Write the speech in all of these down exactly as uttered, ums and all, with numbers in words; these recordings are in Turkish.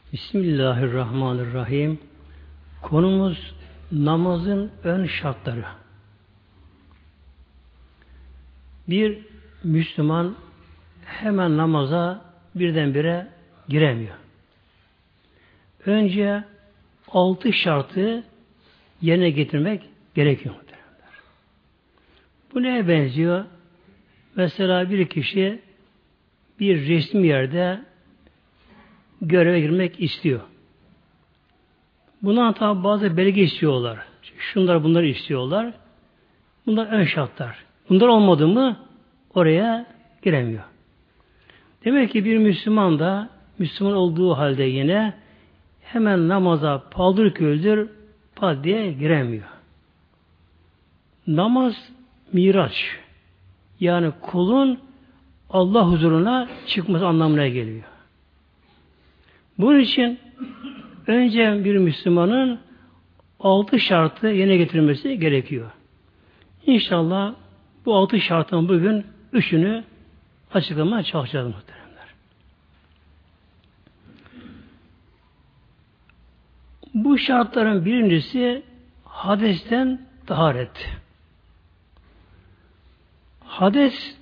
Bismillahirrahmanirrahim. Konumuz namazın ön şartları. Bir Müslüman hemen namaza birdenbire giremiyor. Önce altı şartı yerine getirmek gerekiyor. Bu neye benziyor? Mesela bir kişi bir resmi yerde göreve girmek istiyor. Bundan tabi bazı belge istiyorlar. Şunlar bunları istiyorlar. Bunlar ön şartlar. Bunlar olmadı mı oraya giremiyor. Demek ki bir Müslüman da Müslüman olduğu halde yine hemen namaza paldır küldür pat diye giremiyor. Namaz miraç. Yani kulun Allah huzuruna çıkması anlamına geliyor. Bunun için önce bir Müslümanın altı şartı yerine getirilmesi gerekiyor. İnşallah bu altı şartın bugün üçünü açıklamaya çalışacağız muhteremler. Bu şartların birincisi hadesten taharet. Hades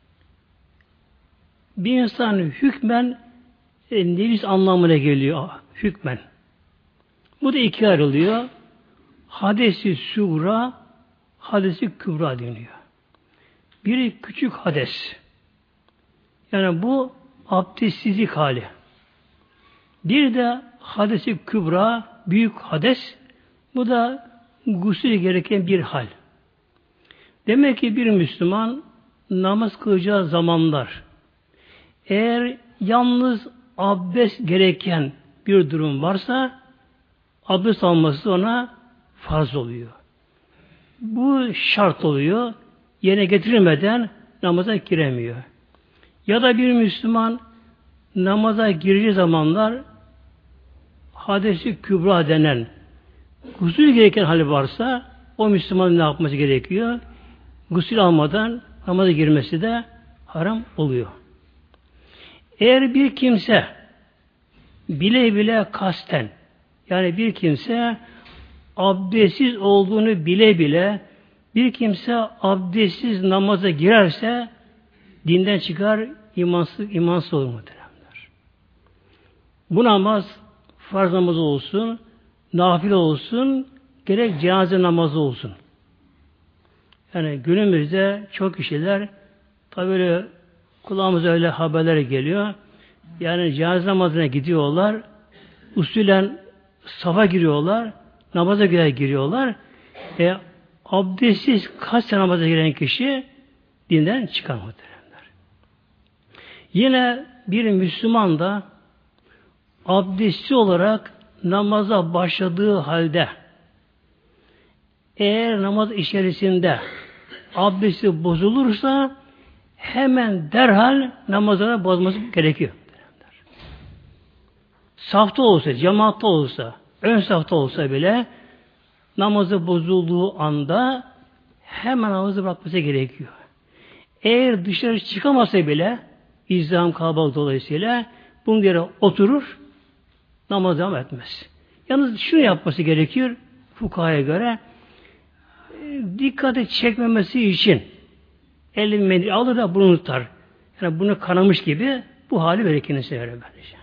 bir insan hükmen e, nefis anlamına geliyor hükmen. Bu da ikiye ayrılıyor. Hadesi suğra, hadesi kübra deniyor. Biri küçük hades. Yani bu abdestsizlik hali. Bir de hadesi kübra, büyük hades. Bu da gusül gereken bir hal. Demek ki bir Müslüman namaz kılacağı zamanlar eğer yalnız abdest gereken bir durum varsa abdest alması ona farz oluyor. Bu şart oluyor. Yerine getirilmeden namaza giremiyor. Ya da bir Müslüman namaza gireceği zamanlar hadesi kübra denen gusül gereken hali varsa o Müslümanın ne yapması gerekiyor? Gusül almadan namaza girmesi de haram oluyor. Eğer bir kimse bile bile kasten yani bir kimse abdestsiz olduğunu bile bile bir kimse abdestsiz namaza girerse dinden çıkar, imansız, imansız olur muhteremler. Bu namaz farz namazı olsun, nafile olsun, gerek cenaze namazı olsun. Yani günümüzde çok kişiler tabi öyle kulağımıza öyle haberler geliyor. Yani cenaze namazına gidiyorlar, usulen safa giriyorlar, namaza göre giriyorlar. E, abdestsiz kaç sene namaza giren kişi dinden çıkar muhteremler. Yine bir Müslüman da abdestli olarak namaza başladığı halde eğer namaz içerisinde abdesti bozulursa hemen derhal namazını bozması gerekiyor. Safta olsa, cemaatta olsa, ön safta olsa bile namazı bozulduğu anda hemen namazı bırakması gerekiyor. Eğer dışarı çıkamasa bile izdiham kalabalık dolayısıyla bunun yere oturur, namaz devam etmez. Yalnız şunu yapması gerekiyor fukahaya göre dikkati çekmemesi için elini mendil alır da bunu tutar. Yani bunu kanamış gibi bu hali verir kendisine verir böylece.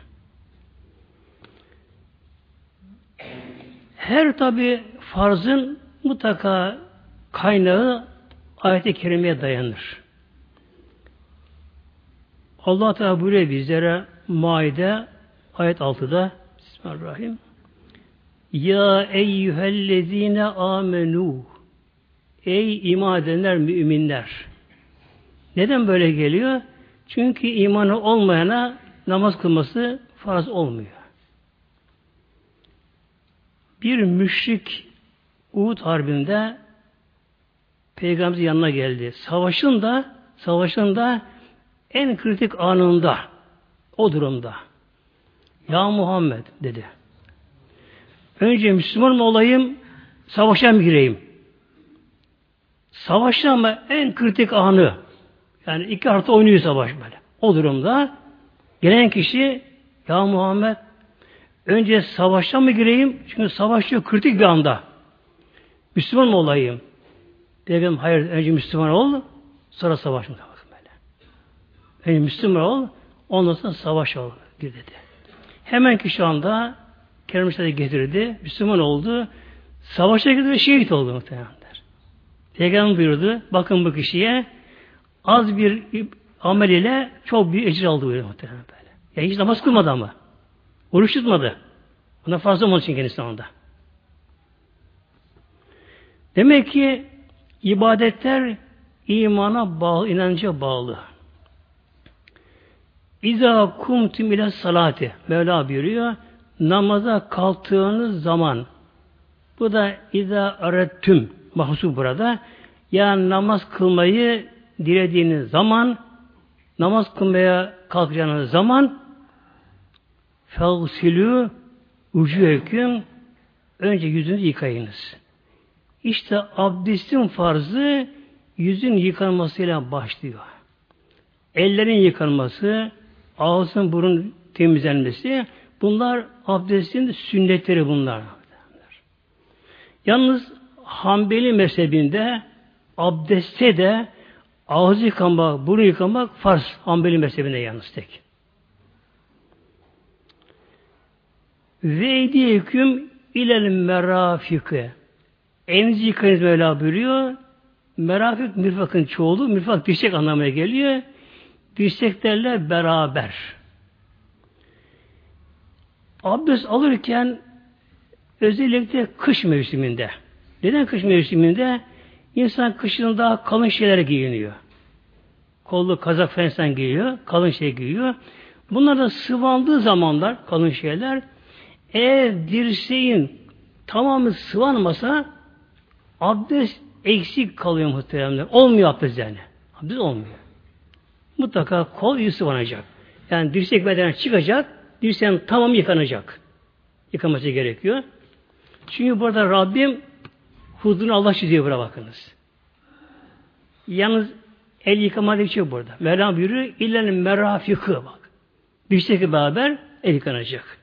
Her tabi farzın mutlaka kaynağı ayet-i kerimeye dayanır. Allah Teala buyuruyor bizlere Maide ayet altıda Bismillahirrahmanirrahim. Ya eyyühellezine amenu ey iman edenler müminler. Neden böyle geliyor? Çünkü imanı olmayana namaz kılması farz olmuyor. Bir müşrik Uhud Harbi'nde Peygamberimizin yanına geldi. Savaşın da savaşın da en kritik anında o durumda. Ya Muhammed dedi. Önce Müslüman mı olayım, savaşa mı gireyim? Savaşta ama en kritik anı yani iki artı oynuyor savaş böyle. O durumda gelen kişi ya Muhammed Önce savaşa mı gireyim? Çünkü savaş çok kritik bir anda. Müslüman mı olayım? Peygamber hayır, önce Müslüman ol, sonra savaş mı? Önce Müslüman ol, ondan sonra savaş ol, gir dedi. Hemen ki şu anda Kerem-i getirdi, Müslüman oldu, savaşa girdi ve şehit oldu muhtemelenler. Peygamber buyurdu, bakın bu kişiye az bir amel ile çok büyük ecir aldı buyurdu muhtemelen böyle. Yani hiç namaz kılmadı ama. Oruç tutmadı. Ona fazla olmadığı için kendisi anda. Demek ki ibadetler imana bağlı, inanca bağlı. İza kumtum ile salati. Mevla buyuruyor. Namaza kalktığınız zaman. Bu da iza arettüm. Mahsus burada. Yani namaz kılmayı dilediğiniz zaman, namaz kılmaya kalkacağınız zaman fagsilü ucuheküm, önce yüzünüzü yıkayınız. İşte abdestin farzı yüzün yıkanmasıyla başlıyor. Ellerin yıkanması, ağzın burun temizlenmesi, bunlar abdestin sünnetleri bunlar. Yalnız Hanbeli mezhebinde abdestte de ağzı yıkamak, burun yıkamak farz. Hanbeli mezhebinde yalnız tek. Ve eydiyeküm ilel merafiki. Elinizi yıkayınız Mevla buyuruyor. Merafik mirfakın çoğulu. Mirfak dirsek anlamına geliyor. Dirseklerle beraber. Abdest alırken özellikle kış mevsiminde. Neden kış mevsiminde? İnsan kışın daha kalın şeyler giyiniyor. Kollu kazak falan giyiyor. Kalın şey giyiyor. Bunlar da sıvandığı zamanlar kalın şeyler. Eğer dirseğin tamamı sıvanmasa abdest eksik kalıyor muhteremler. Olmuyor abdest yani. Abdest olmuyor. Mutlaka kol iyi sıvanacak. Yani dirsek bedenen çıkacak, dirseğin tamamı yıkanacak. Yıkaması gerekiyor. Çünkü burada Rabbim huzurunu Allah çiziyor buraya bakınız. Yalnız el yıkama diye bir şey burada. Mevlam buyuruyor, illenin merafikı bak. Dirsekle beraber el yıkanacak.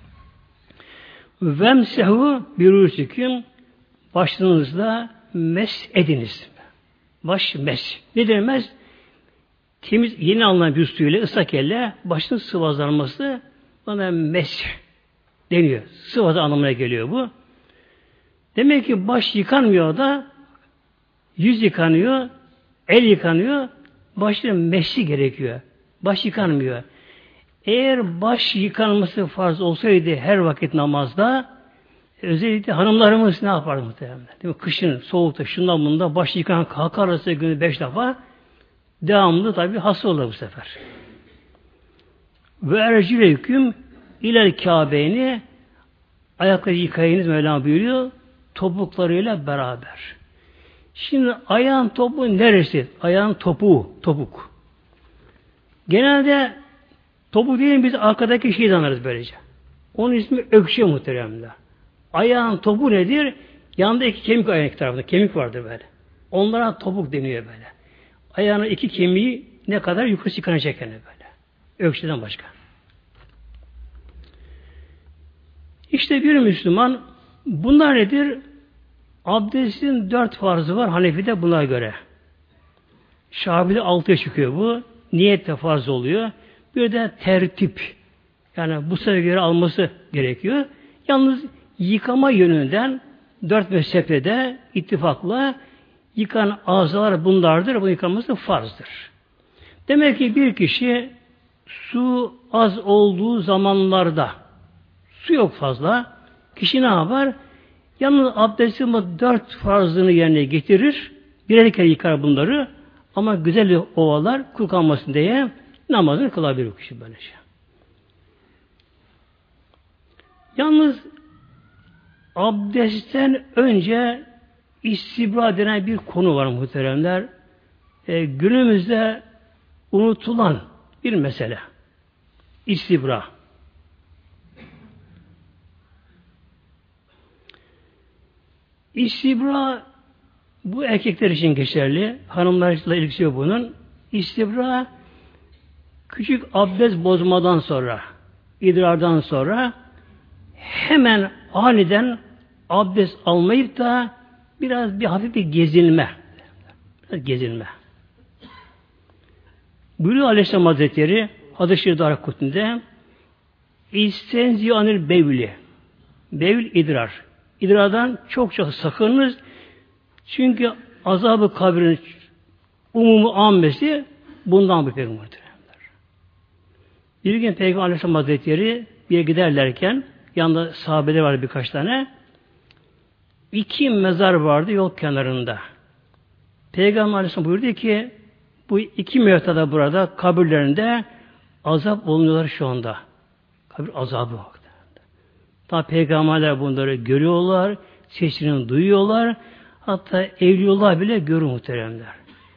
Vemsehu birûsüküm, başınızla mes ediniz. Baş mes. Ne demez? Temiz, yeni alınan bir suyla, ıslak elle başın sıvazlanması bana mes deniyor. Sıvazı anlamına geliyor bu. Demek ki baş yıkanmıyor da yüz yıkanıyor, el yıkanıyor, başın mesi gerekiyor. Baş yıkanmıyor. Eğer baş yıkanması farz olsaydı her vakit namazda, özellikle hanımlarımız ne yapardı muhtemelen? Değil mi? Kışın, soğukta, şundan bunda baş yıkanan kalkarsa günü beş defa devamlı tabi hasta olur bu sefer. Ve ercüleküm ilel Kâbe'ni, ayakları yıkayınız Mevlam buyuruyor, topuklarıyla beraber. Şimdi ayağın topuğu neresi? Ayağın topuğu, topuk. Genelde topuk değil, biz arkadaki şeyi anlarız böylece. Onun ismi ökçe muhteremler. Ayağın topuğu nedir? Yanında iki kemik ayağın iki tarafında. Kemik vardır böyle. Onlara topuk deniyor böyle. Ayağının iki kemiği ne kadar yukarı çıkanacak yani böyle. Ökçeden başka. İşte bir Müslüman, bunlar nedir? Abdestin dört farzı var Hanefi'de buna göre. Şafii'de altıya çıkıyor bu. Niyet de farz oluyor. Bir de tertip. Yani bu sefer göre alması gerekiyor. Yalnız yıkama yönünden dört mezhepte de ittifakla yıkan azalar bunlardır. Bu yıkanması farzdır. Demek ki bir kişi su az olduğu zamanlarda, su yok fazla, kişi ne yapar? Yalnız abdestin dört farzını yerine getirir. Birer kere yıkar bunları. Ama güzel ovalar kul kalmasın diye namazını kılabilir o kişi böylece. Yalnız abdestten önce istibra denen bir konu var muhteremler. E, günümüzde unutulan bir mesele. İstibra. İstibra bu erkekler için geçerli. Hanımlarla ilgisi yok bunun. İstibra küçük abdest bozmadan sonra, idrardan sonra hemen aniden abdest almayıp da biraz bir hafif bir gezinme. Biraz gezinme. Buyuruyor Aleyhisselam Hazretleri Hadis-i Şerif Darakutni'de İstenzi anil bevli. Bevl idrar. İdrardan çok çok sakınınız. Çünkü azabı kabrin umumu ammesi bundan bir peygamberdir. Bir gün Peygamber Aleyhisselam Hazretleri bir yere giderlerken yanında sahabeler vardı birkaç tane. İki mezar vardı yol kenarında. Peygamber Aleyhisselam buyurdu ki bu iki mevtada burada kabirlerinde azap oluyorlar şu anda. Kabir azabı var. Ta peygamberler bunları görüyorlar, sesini duyuyorlar, hatta evliyorlar bile görüyor muhteremler.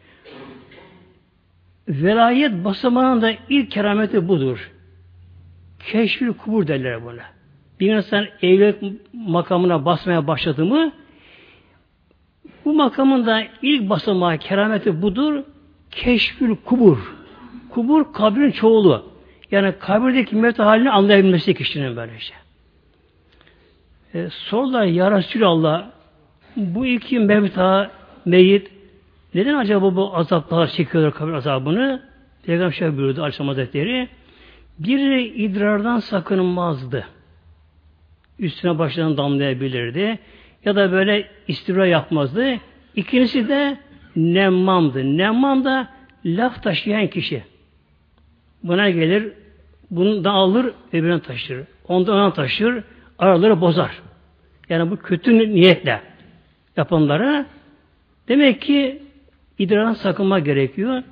Velayet basamağında ilk kerameti budur. Keşfül kubur derler buna. Bir insan evlilik makamına basmaya başladı mı, bu makamın da ilk basamağı kerameti budur. Keşfül kubur. Kubur kabrin çoğulu. Yani kabirdeki mevt halini anlayabilmesi kişinin böylece. E, sordular ya Resulallah bu iki mevta meyit neden acaba bu azaplar çekiyorlar kabir azabını? Peygamber şöyle buyurdu Aleyhisselam Hazretleri. Biri idrardan sakınmazdı. Üstüne başından damlayabilirdi. Ya da böyle istibra yapmazdı. İkincisi de nemmamdı. Nemmam da laf taşıyan kişi. Buna gelir, bunu da alır, öbürüne taşır. Ondan ona taşır, araları bozar. Yani bu kötü niyetle yapanlara demek ki idrardan sakınma gerekiyor.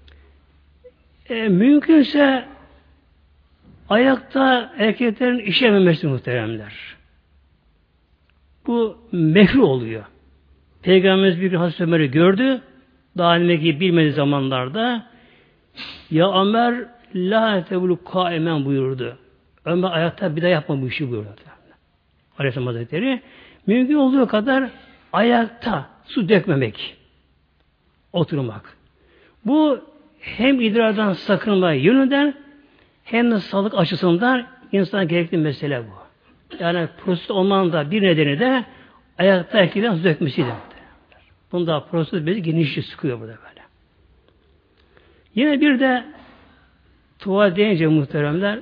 E, mümkünse ayakta erkeklerin işememesi muhteremler. Bu mekruh oluyor. Peygamberimiz bir gün Hazreti Ömer'i gördü. Daha önce bilmediği zamanlarda ya Ömer la tebulu kaimen buyurdu. Ömer ayakta bir daha yapma bu işi buyurdu. Aleyhisselam Hazretleri mümkün olduğu kadar ayakta su dökmemek. Oturmak. Bu hem idrardan sakınma yönünden hem de sağlık açısından insana gerekli mesele bu. Yani prostat olmanın da bir nedeni de ayakta erkekten su dökmesidir. Bunda prostat bezi genişçe sıkıyor burada böyle. Yine bir de tuvalet deyince muhteremler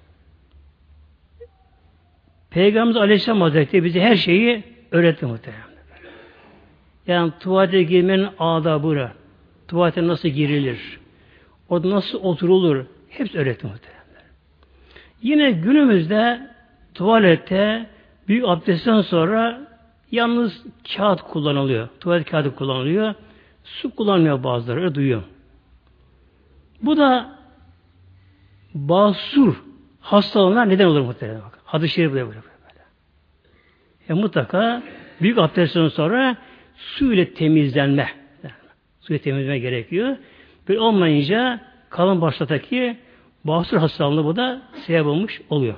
Peygamberimiz Aleyhisselam Hazretleri bize her şeyi öğretti muhteremler. Yani tuvalete girmenin adabı, tuvalete nasıl girilir, orada nasıl oturulur, hepsi öğretti muhteremler. Yine günümüzde tuvalette büyük abdestten sonra yalnız kağıt kullanılıyor. Tuvalet kağıdı kullanılıyor. Su kullanmıyor bazıları, duyuyor. Bu da basur hastalığına neden olur muhtemelen. Hadis-i şerif böyle böyle. E mutlaka büyük abdestten sonra su ile temizlenme. Yani, su ile temizlenme gerekiyor. Böyle olmayınca kalın başlataki basur hastalığında bu da sebep olmuş oluyor.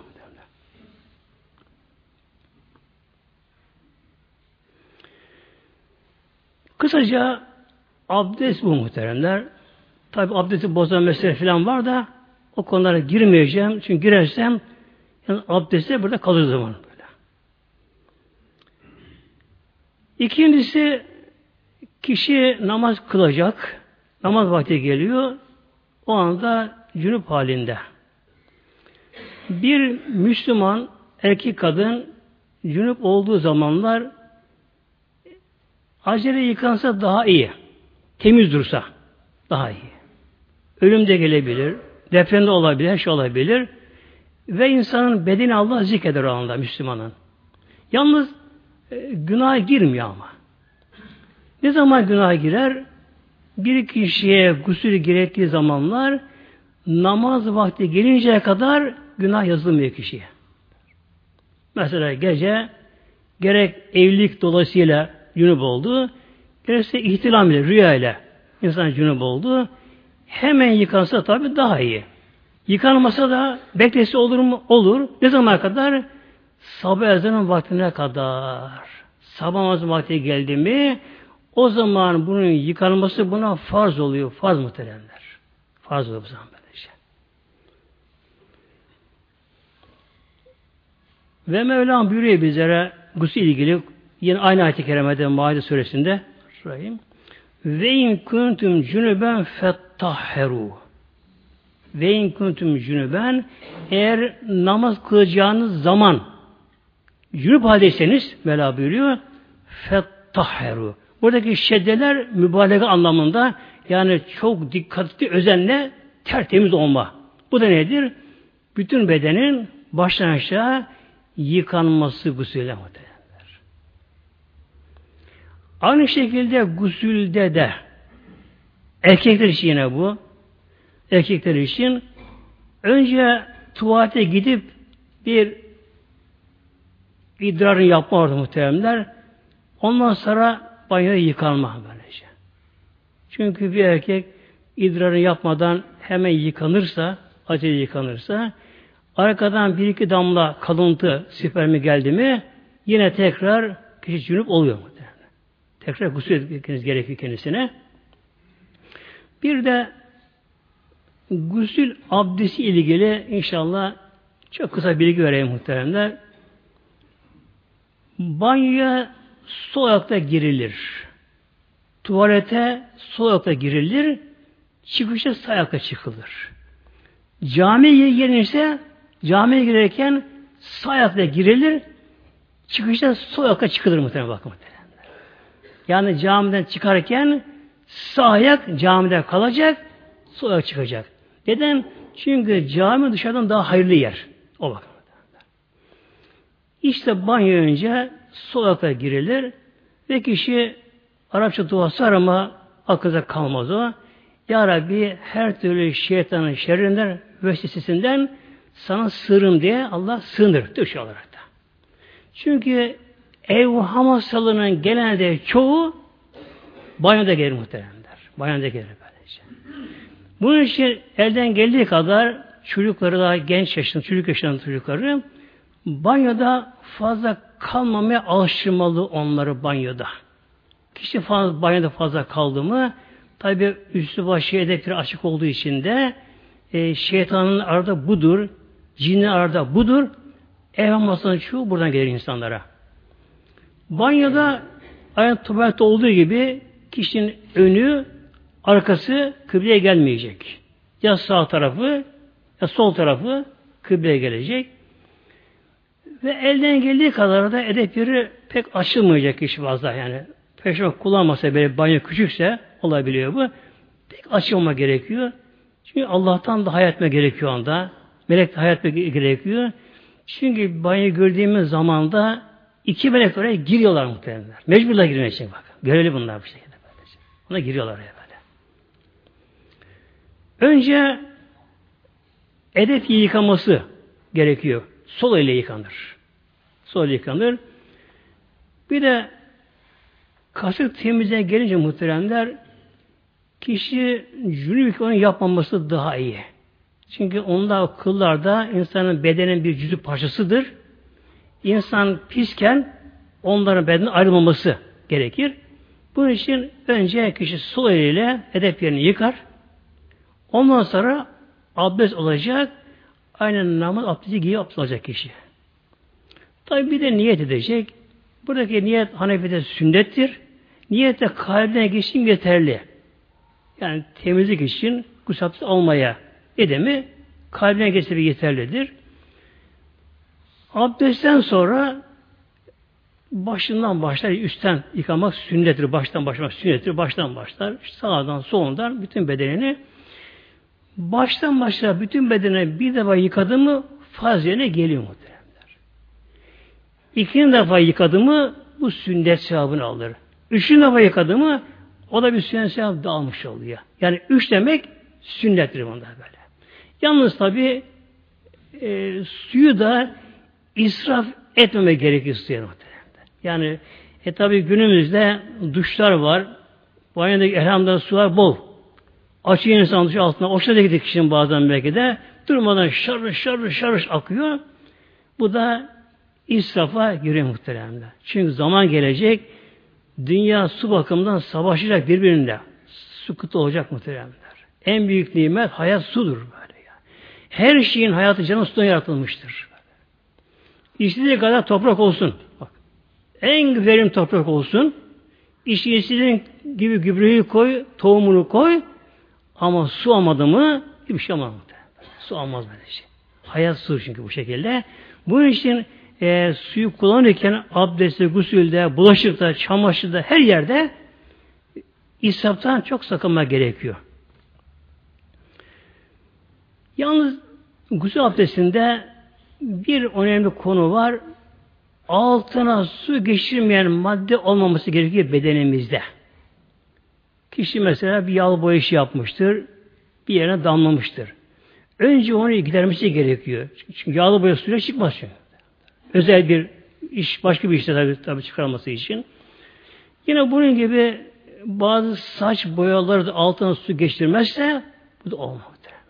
Kısaca abdest bu muhteremler. Tabi abdesti bozan mesele falan var da o konulara girmeyeceğim. Çünkü girersem yani abdestte burada kalır zaman böyle. İkincisi kişi namaz kılacak. Namaz vakti geliyor. O anda cünüp halinde. Bir Müslüman erkek kadın cünüp olduğu zamanlar acele yıkansa daha iyi. Temiz dursa daha iyi. Ölüm de gelebilir, deprem de olabilir, her şey olabilir. Ve insanın bedeni Allah zikreder o anda Müslümanın. Yalnız e, günaha girmiyor ama. Ne zaman günaha girer? Bir kişiye gusül gerektiği zamanlar namaz vakti gelinceye kadar günah yazılmıyor kişiye. Mesela gece gerek evlilik dolayısıyla cünüp oldu, gerekse ihtilam ile, rüya ile insan cünüp oldu. Hemen yıkansa tabii daha iyi. Yıkanmasa da beklesi olur mu? Olur. Ne zamana kadar? Sabah ezanın vaktine kadar. Sabah namazı vakti geldi mi o zaman bunun yıkanması buna farz oluyor. Farz muhteremler. Farz oluyor bu zaman böylece. Ve Mevlam buyuruyor bizlere gusül ilgili yine aynı ayet-i kerimede Maide suresinde Rahim ve in kuntum cunuben fettahheru ve in kuntum cunuben eğer namaz kılacağınız zaman cünüp haldeyseniz Mevla buyuruyor fettahheru. Buradaki şeddeler mübalağa anlamında yani çok dikkatli özenle tertemiz olma. Bu da nedir? Bütün bedenin baştan aşağı yıkanması gusülle muhtemelenler. Aynı şekilde gusülde de erkekler için yine bu erkekler için önce tuvalete gidip bir idrarını yapma orada muhtemelenler. Ondan sonra banyoya yıkanma böylece. Çünkü bir erkek idrarını yapmadan hemen yıkanırsa, acele yıkanırsa, arkadan bir iki damla kalıntı spermi geldi mi, yine tekrar kişi cünüp oluyor mu? Tekrar gusül etmeniz gerekiyor kendisine. Bir de gusül abdesti ilgili inşallah çok kısa bilgi vereyim muhteremler. Banyoya sol ayakta girilir. Tuvalete sol ayakta girilir. Çıkışta sağ ayakta çıkılır. Camiye girilirse camiye girerken sağ ayakta girilir. Çıkışta sol ayakta çıkılır muhtemelen bakın. Yani camiden çıkarken sağ ayak camide kalacak, sol ayak çıkacak. Neden? Çünkü cami dışarıdan daha hayırlı yer. O bakın. İşte banyo önce sol ayakta girilir ve kişi Arapça duası arama akılda kalmaz o. Ya Rabbi her türlü şeytanın şerrinden vesvesesinden sana sığırım diye Allah sığınır. Türkçe olarak da. Çünkü evham hastalığının genelde çoğu banyoda gelir muhteremler. Banyoda gelir böylece. Bunun için elden geldiği kadar çocukları da genç yaşında, çocuk yaşında çocukları banyoda fazla kalmamaya alıştırmalı onları banyoda. Kişi fazla, banyoda fazla kaldı mı tabi üstü başı edepleri açık olduğu için de e, şeytanın arada budur, cinnin arada budur. Evham hastalığının çoğu buradan gelir insanlara. Banyoda aynı tuvalette olduğu gibi kişinin önü, arkası kıbleye gelmeyecek. Ya sağ tarafı ya sol tarafı kıbleye gelecek. Ve elden geldiği kadar da edep yeri pek açılmayacak kişi fazla yani. Peşime kullanmasa böyle banyo küçükse olabiliyor bu. Pek açılma gerekiyor. Çünkü Allah'tan da hayat etme gerekiyor anda. Melek de hayat etme gerekiyor. Çünkü banyo gördüğümüz zaman da iki melek oraya giriyorlar muhtemelen. Mecburla girmek için bak. Göreli bunlar bu şekilde. Böylece. Ona giriyorlar oraya böyle. Önce edep yıkaması gerekiyor. Sol ile yıkanır. Sol ile yıkanır. Bir de kasık temizliğe gelince muhteremler kişi cünüp onu yapmaması daha iyi. Çünkü onda kıllarda insanın bedenin bir cüzü parçasıdır. İnsan pisken onların bedenen ayrılmaması gerekir. Bunun için önce kişi sol eliyle edep yerini yıkar. Ondan sonra abdest olacak. Aynen namaz abdesti gibi abdest olacak kişi. Tabi bir de niyet edecek. Buradaki niyet Hanefi'de sünnettir. Niyet de kalbine geçsin yeterli. Yani temizlik için gusül abdesti almaya edemi kalbine geçse bir yeterlidir. Abdestten sonra başından başlar, üstten yıkamak sünnettir. Baştan başlamak sünnettir. Baştan başlar. Sağdan solundan bütün bedenini baştan başlar bütün bedene bir defa yıkadı mı farz yerine geliyor muhteremler. İkinci defa yıkadı mı bu sünnet sevabını alır. Üçüncü defa yıkadı mı o da bir sünnet sevabı dağılmış oluyor. Yani üç demek sünnettir bunlar böyle. Yalnız tabi e, suyu da israf etmeme gerekiyor suya muhteremler. Yani e tabi günümüzde duşlar var. Banyodaki elhamdülillah sular bol. Açıyor insan duşu altına. Hoşuna da gidiyor kişinin bazen belki de. Durmadan şarış şarış şarış akıyor. Bu da israfa giriyor muhteremler. Çünkü zaman gelecek dünya su bakımından savaşacak birbirinde. Su kıtı olacak muhteremler. En büyük nimet hayat sudur böyle ya. Her şeyin hayatı canı sudan yaratılmıştır. İstediği kadar toprak olsun. Bak, en verimli toprak olsun. İşte istediğin gibi gübreyi koy, tohumunu koy. Ama su almadı mı bir şey olmaz. Su almaz böyle şey. Hayat su çünkü bu şekilde. Bunun için e, suyu kullanırken abdestte, gusülde, bulaşıkta, çamaşırda, her yerde israftan çok sakınma gerekiyor. Yalnız gusül abdestinde bir önemli konu var. Altına su geçirmeyen madde olmaması gerekiyor bedenimizde. Kişi mesela bir yağlı boya işi yapmıştır, bir yerine damlamıştır. Önce onu gidermesi gerekiyor. Çünkü yağlı boya suyla çıkmaz çünkü. Özel bir iş, başka bir işte tabii, tabii çıkarılması için. Yine bunun gibi bazı saç boyaları da altına su geçirmezse bu da olmaz.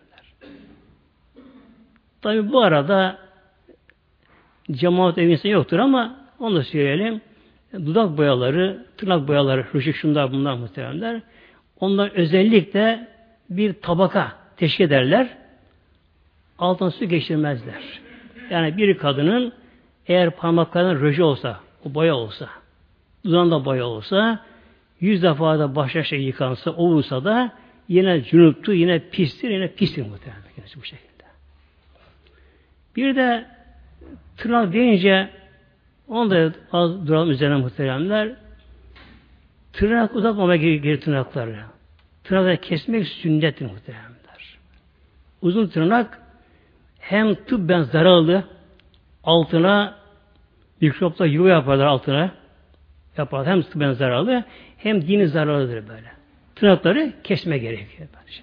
Tabii bu arada cemaat evinde yoktur ama onu da söyleyelim. Dudak boyaları, tırnak boyaları, ruşik şunlar bunlar muhtemelenler. Onlar özellikle bir tabaka teşkil ederler. Altına su geçirmezler. Yani bir kadının eğer parmaklarının röje olsa, o boya olsa, dudağında boya olsa, yüz defa da başlaşa yıkansa, ovunsa da yine cünüptü, yine pistir, yine pistir muhtemelen bu şekilde. Bir de tırnak deyince onu da az duralım üzerine muhteremler. Tırnak uzatmamaya gerekir tırnakları. Tırnakları kesmek sünnettir muhteremler. Uzun tırnak hem tıbben zararlı, altına mikropla yuva yaparlar altına. Yaparlar. Hem tıbben zararlı hem dini zararlıdır böyle. Tırnakları kesme gerekiyor. Bence.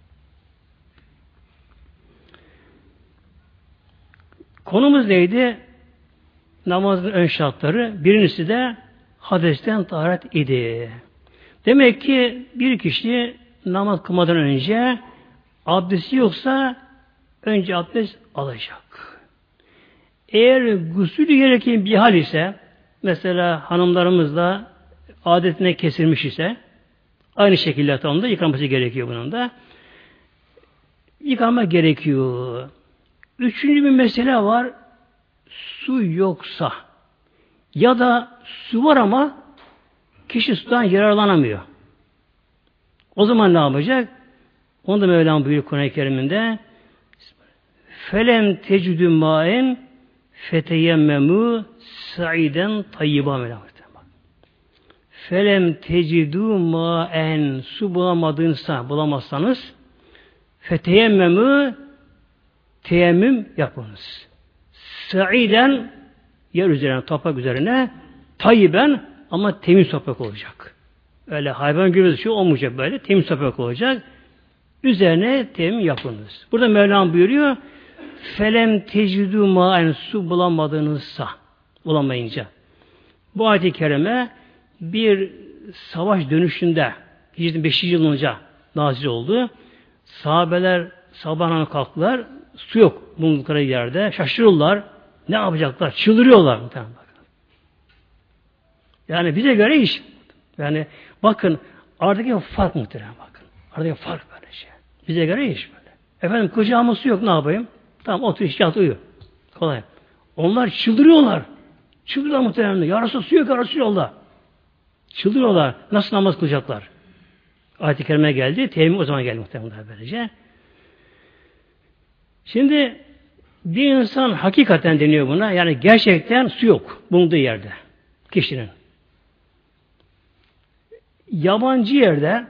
Konumuz neydi? Namazın ön şartları. Birincisi de hadesten taharet idi. Demek ki bir kişi namaz kılmadan önce abdesti yoksa önce abdest alacak. Eğer gusülü gereken bir hal ise, mesela hanımlarımız da adetine kesilmiş ise aynı şekilde tam da yıkanması gerekiyor bunun da. Yıkanma gerekiyor. Üçüncü bir mesele var. Su yoksa ya da su var ama kişi sudan yararlanamıyor. O zaman ne yapacak? Onu da Mevlam buyuruyor Kur'an-ı Kerim'inde felem tecidü maen feteyemmemu sa'iden tayyiba Mevlam. Felem tecidü maen su bulamadığınızda bulamazsanız feteyemmemu teyemmüm yapınız. Sa'iden yer üzerine, toprak üzerine tayyiben ama temiz toprak olacak. Öyle hayvan gibi şey olmayacak böyle. Temiz toprak olacak. Üzerine teyemmüm yapınız. Burada Mevlam buyuruyor felem tecidü ma'en su bulamadığınızsa bulamayınca. Bu ayet-i kerime bir savaş dönüşünde Hicret'in beşinci yılınca nazil oldu. Sahabeler sabahına kalktılar. Su yok bulundukları yerde. Şaşırırlar. Ne yapacaklar? Çıldırıyorlar. Yani bize göre iş. Yani bakın aradaki fark muhtemelen bakın. Aradaki fark böyle şey. Bize göre iş böyle. Efendim kucağıma su yok ne yapayım? Tamam otur işte yat uyu. Kolay. Onlar çıldırıyorlar. Çıldırıyorlar muhtemelen. Yarısı su yok yarısı yolda. Çıldırıyorlar. Nasıl namaz kılacaklar? Ayet-i Kerime geldi. Teyemmüm o zaman geldi muhtemelen böylece. Şimdi bir insan hakikaten deniyor buna. Yani gerçekten su yok bulunduğu yerde. Kişinin. Yabancı yerde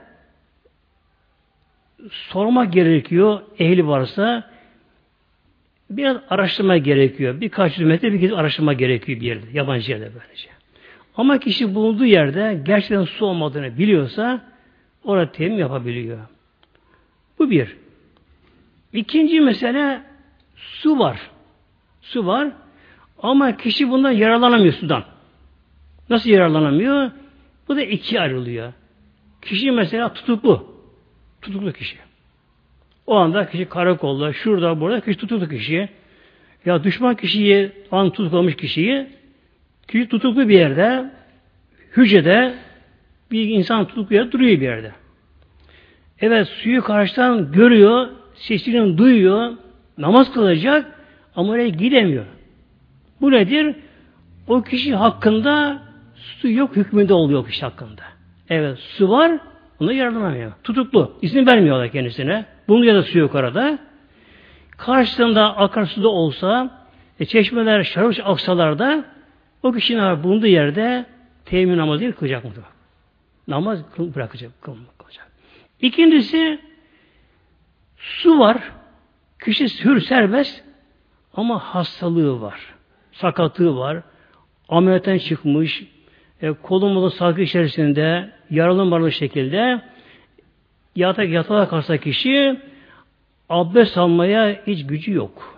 sorma gerekiyor. Ehli varsa biraz araştırma gerekiyor. Birkaç yüz metre bir kez araştırma gerekiyor bir yerde. Yabancı yerde böylece. Ama kişi bulunduğu yerde gerçekten su olmadığını biliyorsa orada teyemmüm yapabiliyor. Bu bir. İkinci mesele su var. Su var. Ama kişi bundan yararlanamıyor sudan. Nasıl yararlanamıyor? Bu da ikiye ayrılıyor. Kişi mesela tutuklu. Tutuklu kişi. O anda kişi karakolda, şurada, burada kişi tutuklu kişi. Ya düşman kişiyi, an tutuklamış kişiyi, kişi tutuklu bir yerde, hücrede bir insan tutuklu yerde duruyor bir yerde. Evet suyu karşıdan görüyor, sesini duyuyor, namaz kılacak ama oraya gidemiyor. Bu nedir? O kişi hakkında su yok hükmünde oluyor o kişi hakkında. Evet su var, ona yararlanamıyor. Tutuklu. İzin vermiyorlar kendisine. Bunun ya da su yok arada. Karşısında akarsuda olsa, e, çeşmeler şarış aksalar da o kişinin bulunduğu yerde teyemmüm namazı kılacak mıdır? Namaz kıl, bırakacak, kılacak. İkincisi su var. Kişi hür serbest ama hastalığı var. Sakatlığı var. Ameliyattan çıkmış. E, kolumuzun sargı içerisinde yaralı maralı şekilde yatak yatağa kalsa kişi abdest almaya hiç gücü yok.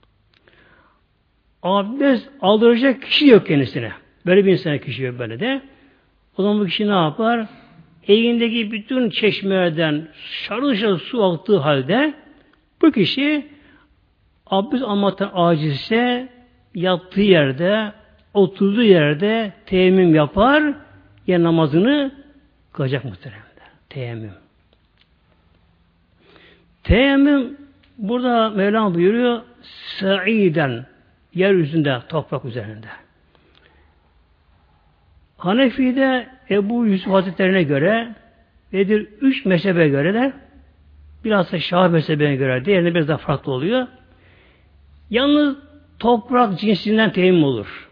Abdest aldıracak kişi yok kendisine. Böyle bir insan kişi yok böyle de. O zaman bu kişi ne yapar? Evindeki bütün çeşmelerden şarıl şarıl su aktığı halde bu kişi abdest almaktan acizse yattığı yerde, oturduğu yerde teyemmüm yapar ya namazını kılacak muhteremler. Teyemmüm. Teyemmüm burada Mevlam buyuruyor sa'iden yeryüzünde, toprak üzerinde. Hanefi'de Ebu Yusuf Hazretlerine göre nedir? Üç mezhebe göre de biraz da Şafii mezhebine göre diğerine biraz daha farklı oluyor. Yalnız toprak cinsinden teyemmüm olur.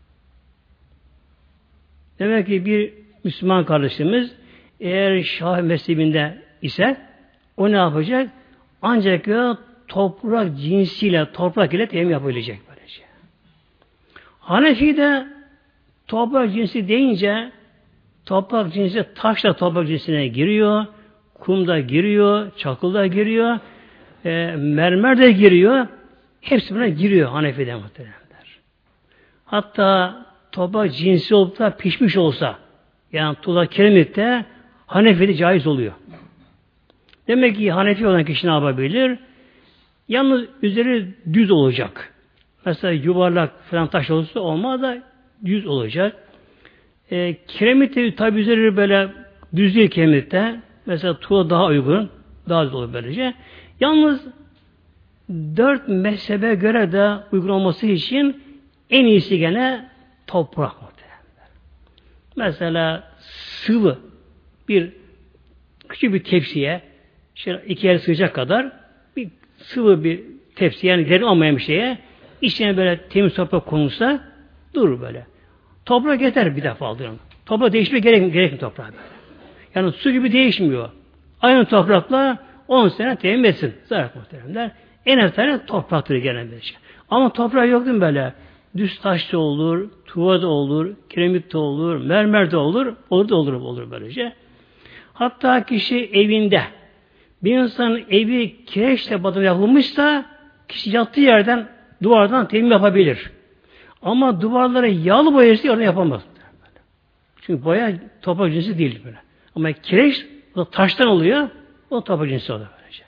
Demek ki bir Müslüman kardeşimiz eğer Şafii mezhebinde ise o ne yapacak? Ancak ya toprak cinsiyle, toprak ile teyemmüm yapabilecek böylece. Hanefi'de toprak cinsi deyince toprak cinsi taşla toprak cinsine giriyor, kumda giriyor, çakılda giriyor, e, mermer de giriyor. Hepsi buna giriyor Hanefi'de muhtemelenler. Hatta toprak cinsi olup da pişmiş olsa, yani tuğla kiremitte Hanefi'de caiz oluyor. Demek ki Hanefi olan kişi ne yapabilir? Yalnız üzeri düz olacak. Mesela yuvarlak falan taş olursa olmaz da düz olacak. E, kiremit de tabi üzeri böyle düz değil kiremitte. Mesela tuğla daha uygun. Daha düz olur böylece. Yalnız dört mezhebe göre de uygun olması için en iyisi gene toprak muhtemelen. Mesela sıvı bir küçük bir tepsiye şöyle iki el sığacak kadar bir sıvı bir tepsi yani derin olmayan bir şeye içine böyle temiz toprak konulsa durur böyle. Toprak yeter bir defa aldırın. Toprak değişmeye gerek, gerek mi toprağa böyle? Yani su gibi değişmiyor. Aynı toprakla on sene teyemmüm etsin. Zarar muhteremler. En azından topraktır gelen bir şey. Ama toprak yok değil mi böyle? Düz taş da olur, tuğla da olur, kiremit de olur, mermer de olur, olur da olur, olur böylece. Hatta kişi evinde bir insanın evi kireçle batı yapılmışsa kişi yattığı yerden duvardan teyemmüm yapabilir. Ama duvarlara yağlı boyası orada yapamaz. Çünkü boya toprak cinsi değil böyle. Ama kireç o taştan oluyor, o toprak cinsi oluyor böylece.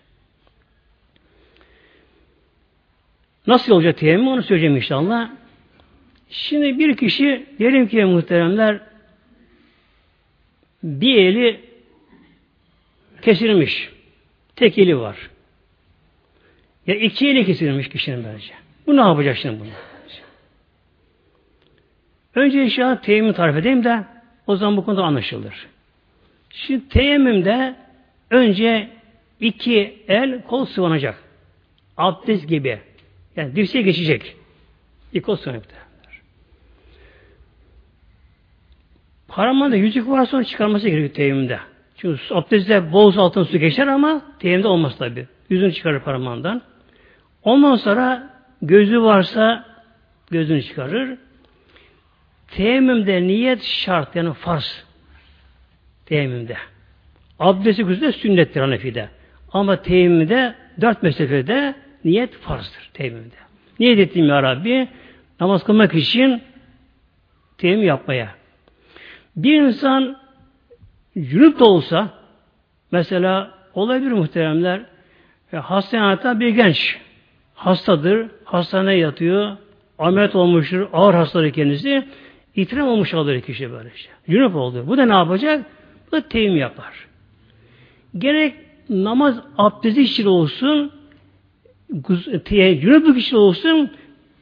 Nasıl olacak teyemmüm onu söyleyeceğim inşallah. Şimdi bir kişi diyelim ki muhteremler bir eli kesilmiş. Tek eli var. Ya iki eli kesilmiş kişinin böylece. Bu ne yapacak şimdi bunu? Önce inşallah teyemmüm tarif edeyim de o zaman bu konuda anlaşılır. Şimdi teyemmümde önce iki el kol sıvanacak. Abdest gibi. Yani dirseğe geçecek. İki kol sıvanacak. Parmağında yüzük varsa onu çıkarması gerekiyor teyemmümde. Çünkü abdestte bol su altına su geçer ama teyemmümde olmaz tabi. Yüzünü çıkarır parmağından. Ondan sonra gözü varsa gözünü çıkarır. Teyemmümde niyet şart yani farz. Teyemmümde. Abdesti gözü sünnettir Hanefi'de. Ama teyemmümde dört mezhebede niyet farzdır teyemmümde. Niyet ettim ya Rabbi namaz kılmak için teyemmüm yapmaya. Bir insan cünüp de olsa mesela olabilir muhteremler hastanede bir genç hastadır, hastaneye yatıyor, ameliyat olmuştur, ağır hastadır kendisi, itiram olmuş olur kişi böylece. Cünüp oldu. Bu da ne yapacak? Bu da teyemmüm yapar. Gerek namaz abdesti için olsun, cünüplük için olsun,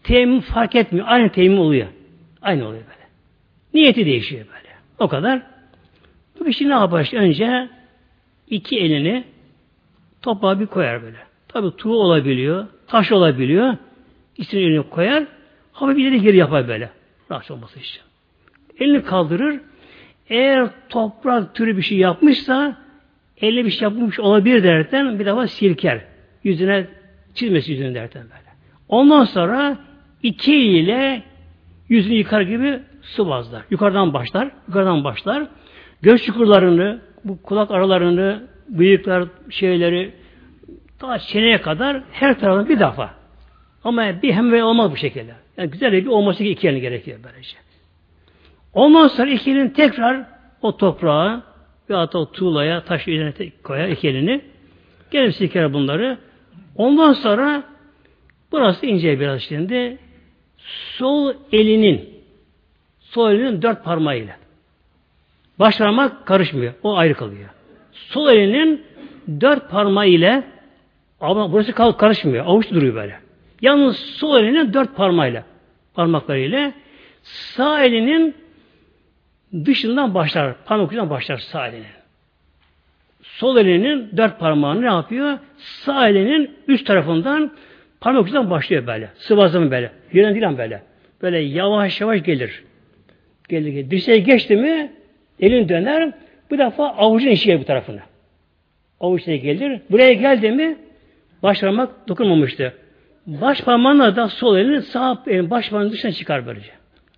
teyemmüm fark etmiyor. Aynı teyemmüm oluyor. Aynı oluyor böyle. Niyeti değişiyor böyle. O kadar. Bu kişi ne yapar? Önce iki elini toprağa bir koyar böyle. Tabi tuğ olabiliyor, taş olabiliyor. İkisini elini koyar. Hafif ileri geri yapar böyle. Rahatsız olması için. Elini kaldırır. Eğer toprak türü bir şey yapmışsa elle bir şey yapmış olabilir derken bir defa silker. Yüzüne çizmesi yüzüne derken böyle. Ondan sonra iki eliyle yüzünü yıkar gibi su bazlar. Yukarıdan başlar. Yukarıdan başlar. Göz çukurlarını, bu kulak aralarını, bıyıklar şeyleri ta çeneye kadar her taraftan bir defa. Ama bir hem ve olmaz bu şekilde. Yani güzel bir olması ki iki elin gerekiyor böylece. Ondan sonra iki elini tekrar o toprağa veya o tuğlaya, taş üzerine koyar iki elini. Gene silker bunları. Ondan sonra burası ince biraz şimdi. Sol elinin sol elinin dört parmağıyla. Baş parmak karışmıyor. O ayrı kalıyor. Sol elinin dört parmağı ile ama burası karışmıyor. Avuç duruyor böyle. Yalnız sol elinin dört parmağıyla parmaklarıyla sağ elinin dışından başlar. Parmak ucundan başlar sağ elinin. Sol elinin dört parmağını ne yapıyor? Sağ elinin üst tarafından parmak ucundan başlıyor böyle. Sıvazlama böyle. Yönen değil böyle. Böyle yavaş yavaş gelir. Gelir gelir. Dirseğe geçti mi elin döner. Bu defa avucun içi gelir bu tarafına. Avucuna gelir. Buraya geldi mi baş parmak dokunmamıştı. Baş parmağına da sol elini sağ elin baş parmağının dışına çıkar böylece.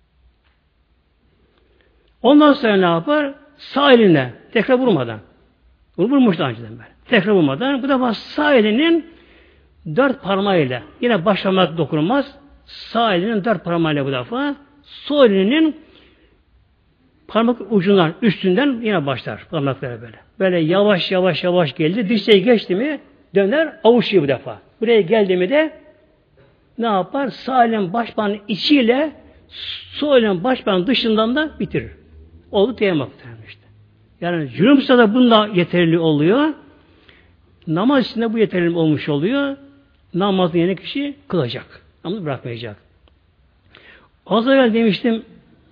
Ondan sonra ne yapar? Sağ eline tekrar vurmadan. Bunu vurmuş daha önceden böyle. Tekrar vurmadan. Bu defa sağ elinin dört parmağıyla yine baş parmak dokunulmaz. Sağ elinin dört parmağıyla bu defa sol elinin parmak ucundan, üstünden yine başlar parmakları böyle. Böyle yavaş yavaş yavaş geldi. Dirseğe geçti mi döner avuçluyor bu defa. Buraya geldi mi de ne yapar? Sağ elin baş parmağının içiyle sol elin baş parmağının dışından da bitirir. Oldu teyemmüm işte. Yani cünüpse da bunda yeterli oluyor. Namaz içinde bu yeterli olmuş oluyor. Namazı yeni kişi kılacak. Namazı bırakmayacak. Az evvel demiştim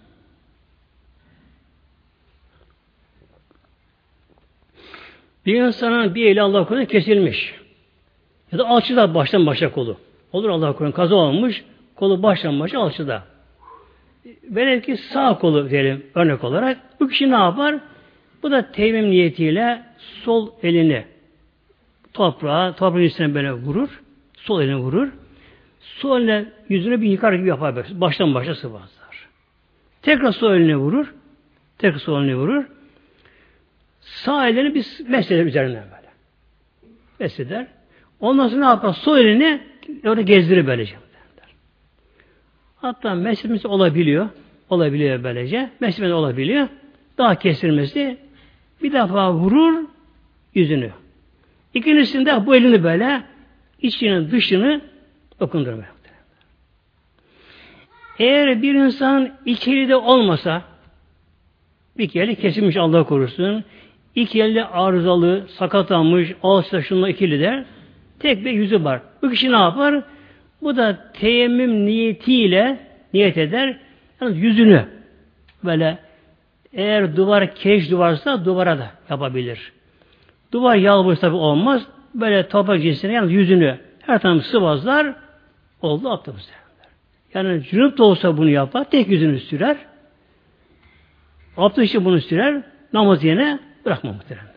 bir insanın bir eli Allah korusun kesilmiş. Ya da alçıda baştan başa kolu. Olur Allah korusun kaza olmuş. Kolu baştan başa alçıda. Velev ki sağ kolu diyelim örnek olarak. Bu kişi ne yapar? Bu da teyemmüm niyetiyle sol elini toprağa, toprağın üstüne böyle vurur. Sol elini vurur. Sol eline yüzünü bir yıkar gibi yapar. Böyle. Baştan başa sıvazlar. Tekrar sol elini vurur. Tekrar sol elini vurur. Sağ elini bir mesheder üzerinden böyle. Mesheder. Ondan sonra ne yapar? Sol elini orada gezdirir böylece. Hatta meslemesi olabiliyor. Olabiliyor böylece. Meslemesi olabiliyor. Daha kestirmesi bir defa vurur yüzünü. İkincisinde bu elini böyle içinin dışını dokundurmuyor. Eğer bir insan iki eli de olmasa bir eli kesilmiş Allah korusun. İki eli arızalı, sakatlanmış, ağızda şunla ikili de tek bir yüzü var. Bu kişi ne yapar? Bu da teyemmüm niyetiyle niyet eder. Yani yüzünü böyle eğer duvar keş duvarsa duvara da yapabilir. Duvar yağlı tabi olmaz. Böyle toprak cinsine yani yüzünü her tarafı sıvazlar oldu attığımız. Yani cünüp de olsa bunu yapar. Tek yüzünü sürer. Abdest için bunu sürer. Namaz yerine bırakma muhteremler.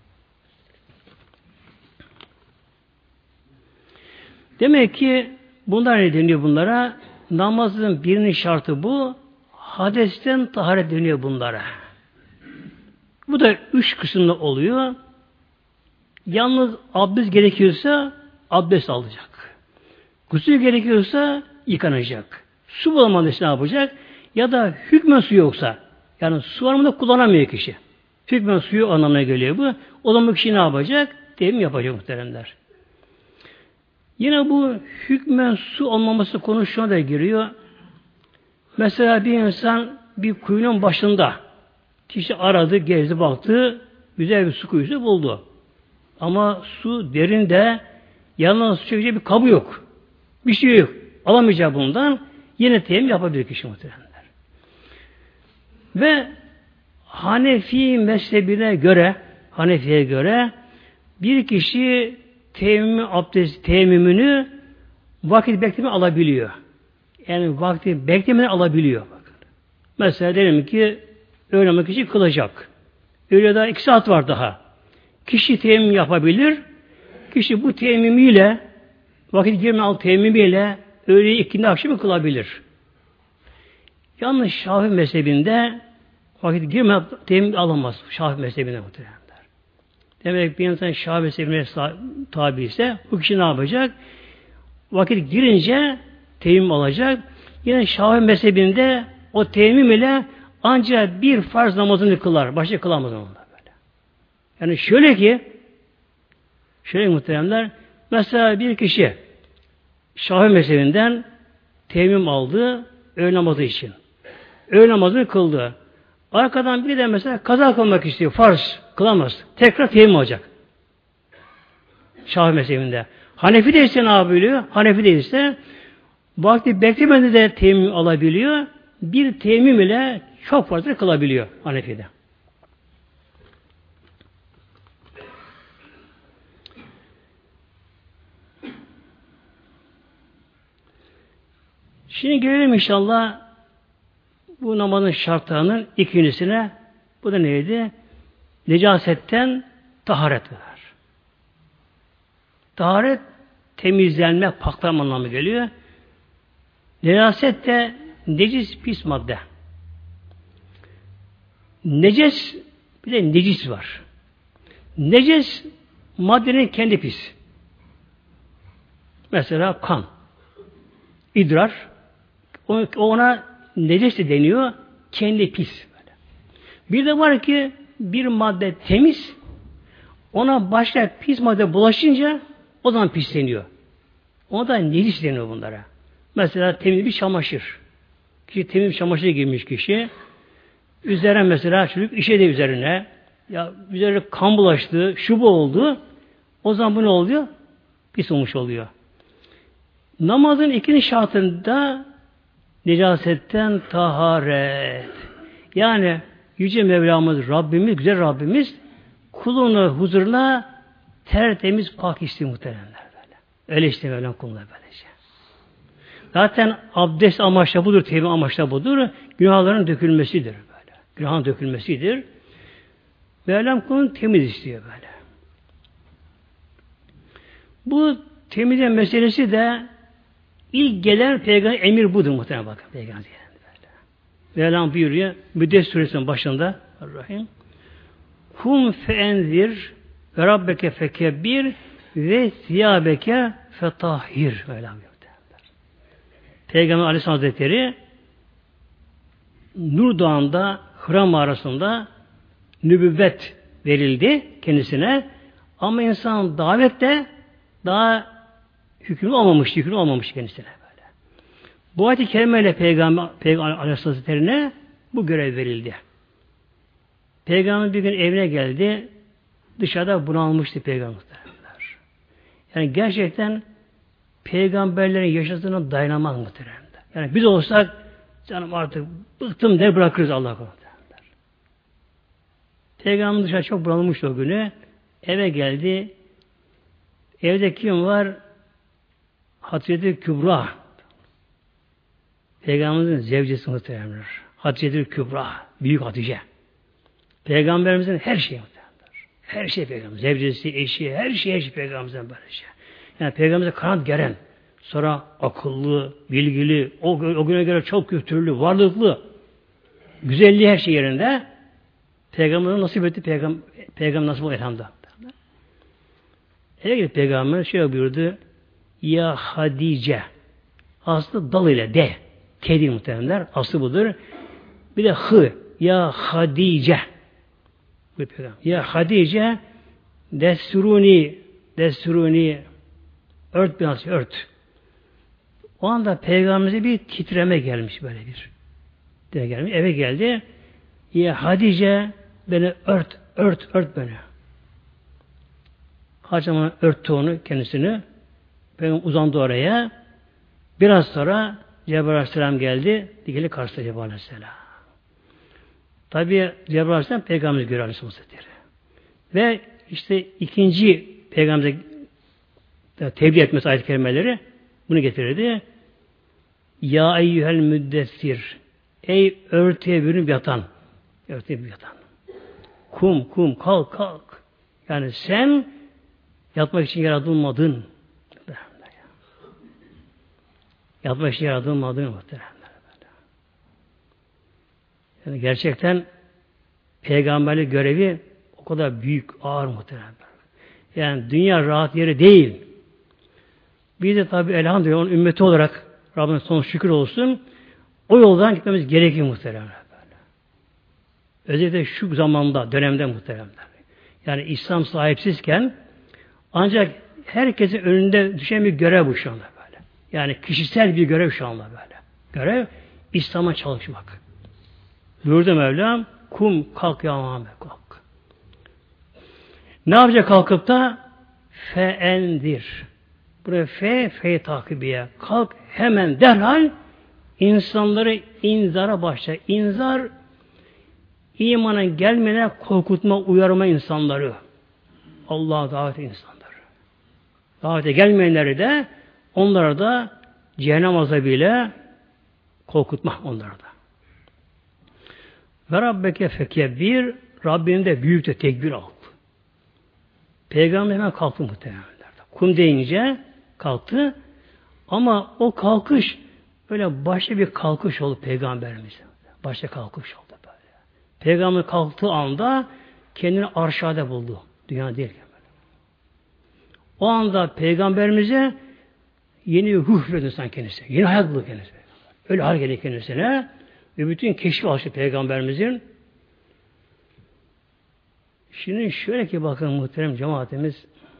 Demek ki bunlar ne deniyor bunlara? Namazın birinin şartı bu. Hadesten taharet deniyor bunlara. Bu da üç kısımda oluyor. Yalnız abdest gerekiyorsa abdest alacak. Gusül gerekiyorsa yıkanacak. Su bulamadıysa ne yapacak? Ya da hükmen su yoksa, yani su anlamında kullanamıyor kişi. Hükmen suyu anlamına geliyor bu. O zaman kişi ne yapacak? Teyemmüm yapacak muhteremler. Yine bu hükmen su olmaması konu şuna da giriyor. Mesela bir insan bir kuyunun başında kişi aradı, gezdi, baktı, güzel bir su kuyusu buldu. Ama su derinde, yanına su çekecek bir kabı yok. Bir şey yok. alamayacağı bundan yine teyemmüm yapabilir kişi muhteremler. Ve Hanefi mezhebine göre Hanefi'ye göre bir kişi teyemmüm abdest teyemmümünü vakit bekleme alabiliyor. Yani vakti beklemeden alabiliyor. Bakın. Mesela diyelim ki öğle namazı kişi kılacak. Öyle daha iki saat var daha. Kişi teyemmüm yapabilir. Kişi bu teyemmümüyle vakit girme al teyemmümüyle öğleyi ikindi akşamı kılabilir. Yalnız Şafii mezhebinde vakit girme teyemmüm alamaz. Şafii mezhebinde muhtemelen. Demek ki bir insan Şafii mezhebine tabi ise bu kişi ne yapacak? Vakit girince teyemmüm alacak. Yine Şafii mezhebinde o teyemmüm ile ancak bir farz namazını kılar. Başka kılamaz onunla böyle. Yani şöyle ki şöyle muhteremler mesela bir kişi Şafii mezhebinden teyemmüm aldı öğle namazı için. Öğle namazını kıldı. Arkadan biri de mesela kaza kılmak istiyor. Farz kılamaz. Tekrar teyemmüm olacak. Şafii mezhebinde. Hanefi de ise ne yapabiliyor? Hanefi de ise vakti beklemeden de teyemmüm alabiliyor. Bir teyemmüm ile çok fazla kılabiliyor Hanefi'de. Şimdi gelelim inşallah bu namazın şartlarının ikincisine. Bu da neydi? Necasetten taharet var. Taharet temizlenme, paklanma anlamı geliyor. Necaset de necis pis madde. Neces bir de necis var. Neces maddenin kendi pis. Mesela kan, idrar, ona necis de deniyor, kendi pis. Bir de var ki bir madde temiz, ona başka pis madde bulaşınca o zaman pisleniyor. Ona da necis deniyor bunlara. Mesela temiz bir çamaşır. Kişi temiz bir çamaşır giymiş kişi. Üzerine mesela çocuk işe de üzerine ya üzerine kan bulaştı, şu bu oldu. O zaman bu ne oluyor? Pis olmuş oluyor. Namazın ikinci şartında necasetten taharet. Yani Yüce Mevlamız, Rabbimiz, güzel Rabbimiz kulunu huzuruna tertemiz pak istiyor muhteremler böyle. Öyle işte Mevlam kuluna böylece. Zaten abdest amaçla budur, teyemmüm amaçla budur. Günahların dökülmesidir böyle. Günahın dökülmesidir. Mevlam kulunu temiz istiyor böyle. Bu temizlik meselesi de ilk gelen peygamber emir budur muhtemelen bakın. Peygamber böyle. Mevlam buyuruyor Müddessir suresinin başında Rahim Kum feenzir ve rabbeke fekebbir ve siyabeke fetahhir. Mevlam buyuruyor. Peygamber Aleyhisselam Hazretleri Nur Dağı'nda Hıra mağarasında nübüvvet verildi kendisine ama insan davette daha hükmü olmamış, hükmü olmamış kendisine böyle. Bu ayet-i kerimeyle Peygamber, Peygamber Aleyhisselam Hazretleri'ne bu görev verildi. Peygamber bir gün evine geldi, dışarıda bunalmıştı Peygamber. Yani gerçekten peygamberlerin yaşadığına dayanamaz muhtemelen. Yani biz olsak canım artık bıktım der bırakırız Allah'a korusun. Peygamber dışarı çok bunalmıştı o günü. Eve geldi. Evde kim var? Hatice-i Kübra. Peygamberimizin zevcesi muhtemelen. Hatice-i Kübra. Büyük Hatice. Peygamberimizin her şeyi muhtemelen. Her şey peygamber. Zevcesi, eşi, her şey, her şey peygamberimizden böyle şey. Yani peygamberimize kanat geren, sonra akıllı, bilgili, o, o güne göre çok kültürlü, varlıklı, güzelliği her şey yerinde. Peygamber'e nasip etti, peygamber, peygamber nasip oldu elhamdülillah. Eve gidip peygamber şöyle buyurdu, ya Hadice, aslı dal ile de, kedi muhtemelenler, aslı budur. Bir de hı, ya Hadice, ya Hadice, desturuni, desturuni, ört biraz ört. O anda peygamberimize bir titreme gelmiş böyle bir. Diye gelmiş. Eve geldi. Ya Hadice beni ört, ört, ört beni. Kaç zaman örttü onu kendisini. Peygamber uzandı oraya. Biraz sonra Cebrail Aleyhisselam geldi. Dikili karşısında Cebrail Aleyhisselam. Tabi Cebrail Aleyhisselam Peygamberimiz görüyor Aleyhisselam Hazretleri. Ve işte ikinci Peygamber'e tebliğ etmesi ayet-i kerimeleri bunu getirirdi. Ya eyyühel müddessir. Ey örtüye bürünüp yatan. Örtüye bürünüp yatan. Kum kum kalk kalk. Yani sen yatmak için yaratılmadın. Yatmak için yaratılmadın muhtemelen. Yani gerçekten peygamberlik görevi o kadar büyük, ağır muhtemelen. Yani dünya rahat yeri değil. Biz de tabi elhamdülillah onun ümmeti olarak Rabbine son şükür olsun. O yoldan gitmemiz gerekiyor muhtemelen. Özellikle şu zamanda, dönemde muhtemelen. Yani İslam sahipsizken ancak herkesin önünde düşen bir görev bu şu anda böyle. Yani kişisel bir görev şu anda böyle. Görev İslam'a çalışmak. Buyurdu Mevlam, kum kalk ya Muhammed kalk. Ne yapacak kalkıp da? Feendir. Buraya fe, fe takibiye. Kalk hemen derhal insanları inzara başla. İnzar imana gelmene korkutma, uyarma insanları. Allah'a davet insanları. Davete gelmeyenleri de onlara da cehennem azabıyla korkutma onları da. Ve Rabbeke fekebbir, Rabbinin de büyük de tekbir al. Peygamber hemen kalktı muhtemelen. Kum deyince kalktı. Ama o kalkış böyle başka bir kalkış oldu Peygamberimiz. Başka kalkış oldu böyle. Peygamber kalktığı anda kendini arşada buldu. Dünya değil. O anda Peygamberimize yeni bir ruh verdi insan kendisi. Yeni hayat buldu kendisi. Öyle hal geldi kendisine. Ve bütün keşfi açtı Peygamberimizin. Şimdi şöyle ki bakın muhterem cemaatimiz,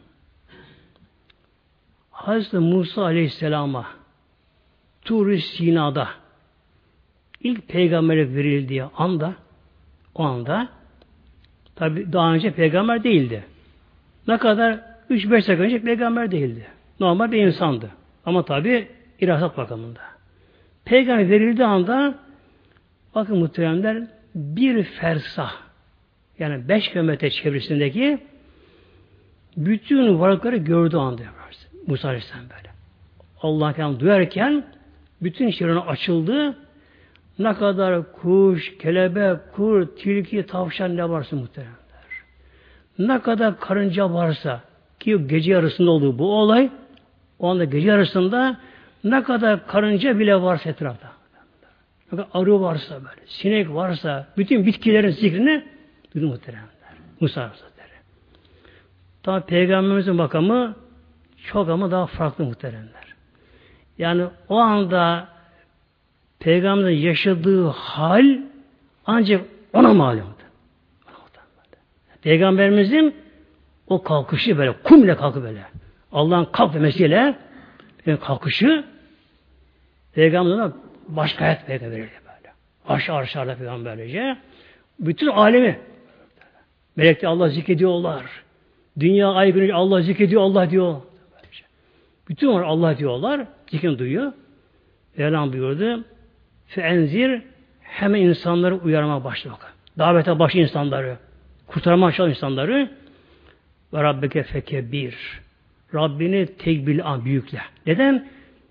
Hazreti Musa Aleyhisselam'a Tur-i Sina'da ilk peygamberlik verildiği anda, o anda tabi daha önce peygamber değildi. Ne kadar üç beş sene önce peygamber değildi. Normal bir insandı. Ama tabi irasat bakımında. Peygamber verildiği anda bakın muhteremler bir fersah yani beş kilometre çevresindeki bütün varlıkları gördüğü anda yaparsın. Musa Aleyhisselam böyle. Allah'ın kelamını duyarken bütün şerine açıldı. Ne kadar kuş, kelebek, kurt, tilki, tavşan ne varsa muhteremler. Ne kadar karınca varsa ki gece yarısında olduğu bu olay, o anda gece yarısında ne kadar karınca bile varsa etrafta. Ne kadar arı varsa böyle, sinek varsa, bütün bitkilerin zikrini duydu muhteremler. Musa Hazretleri. Tabi Peygamberimizin makamı çok ama daha farklı muhteremler. Yani o anda Peygamberimizin yaşadığı hal ancak ona malumdu. Peygamberimizin o kalkışı böyle, kum ile kalkı böyle. Allah'ın kalk demesiyle kalkışı Peygamberimizin başka hayat peygamberiyle böyle. Aşağı aşağıda peygamberlice. Bütün alemi melekler Allah zikrediyorlar. Dünya ay günü Allah zikrediyor, Allah diyor. Bütün onlar Allah diyorlar. Zikrini duyuyor. Mevlam buyurdu. Feenzir hemen insanları uyarmaya başlıyor. Davete baş insanları. Kurtarmaya çalışan insanları. Ve Rabbeke fekebbir. Rabbini tekbir an büyükle. Neden?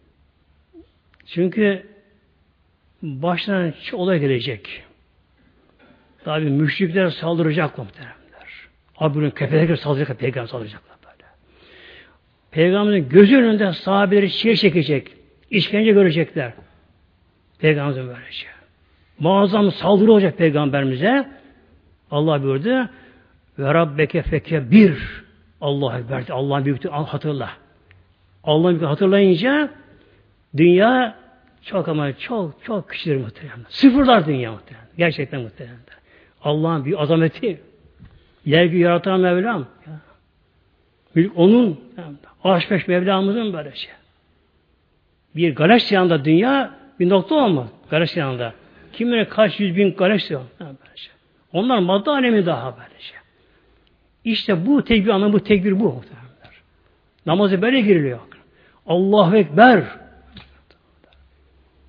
Çünkü başlarına çok olay gelecek. Tabi müşrikler saldıracak muhteremler. Abdülün kefeler saldıracak, peygamber saldıracaklar böyle. Peygamberin gözü önünde sahabeleri çile çekecek, işkence görecekler. Peygamberin böyle şey. Muazzam saldırı olacak peygamberimize. Allah buyurdu. Ve Rabbeke fekebbir. Allah'a ekber. Allah'ın büyüklüğünü hatırla. Allah'ın büyüklüğünü hatırlayınca dünya çok ama çok çok küçülür muhtemelen. Sıfırlar dünya muhtemelen. Gerçekten muhtemelen. Allah'ın büyük azameti. Yergi yaratan Mevlam. Ya. Mülk onun. Arş peş Mevlamızın böyle şey. Bir galaksi yanında dünya bir nokta olmaz. Galaksi yanında. Kim bilir kaç yüz bin galaksi var. Böyle şey. Onlar madde alemi daha böyle şey. İşte bu tekbir anlamı, bu tekbir bu muhtemelen. Namazı böyle giriliyor. Allahu Ekber.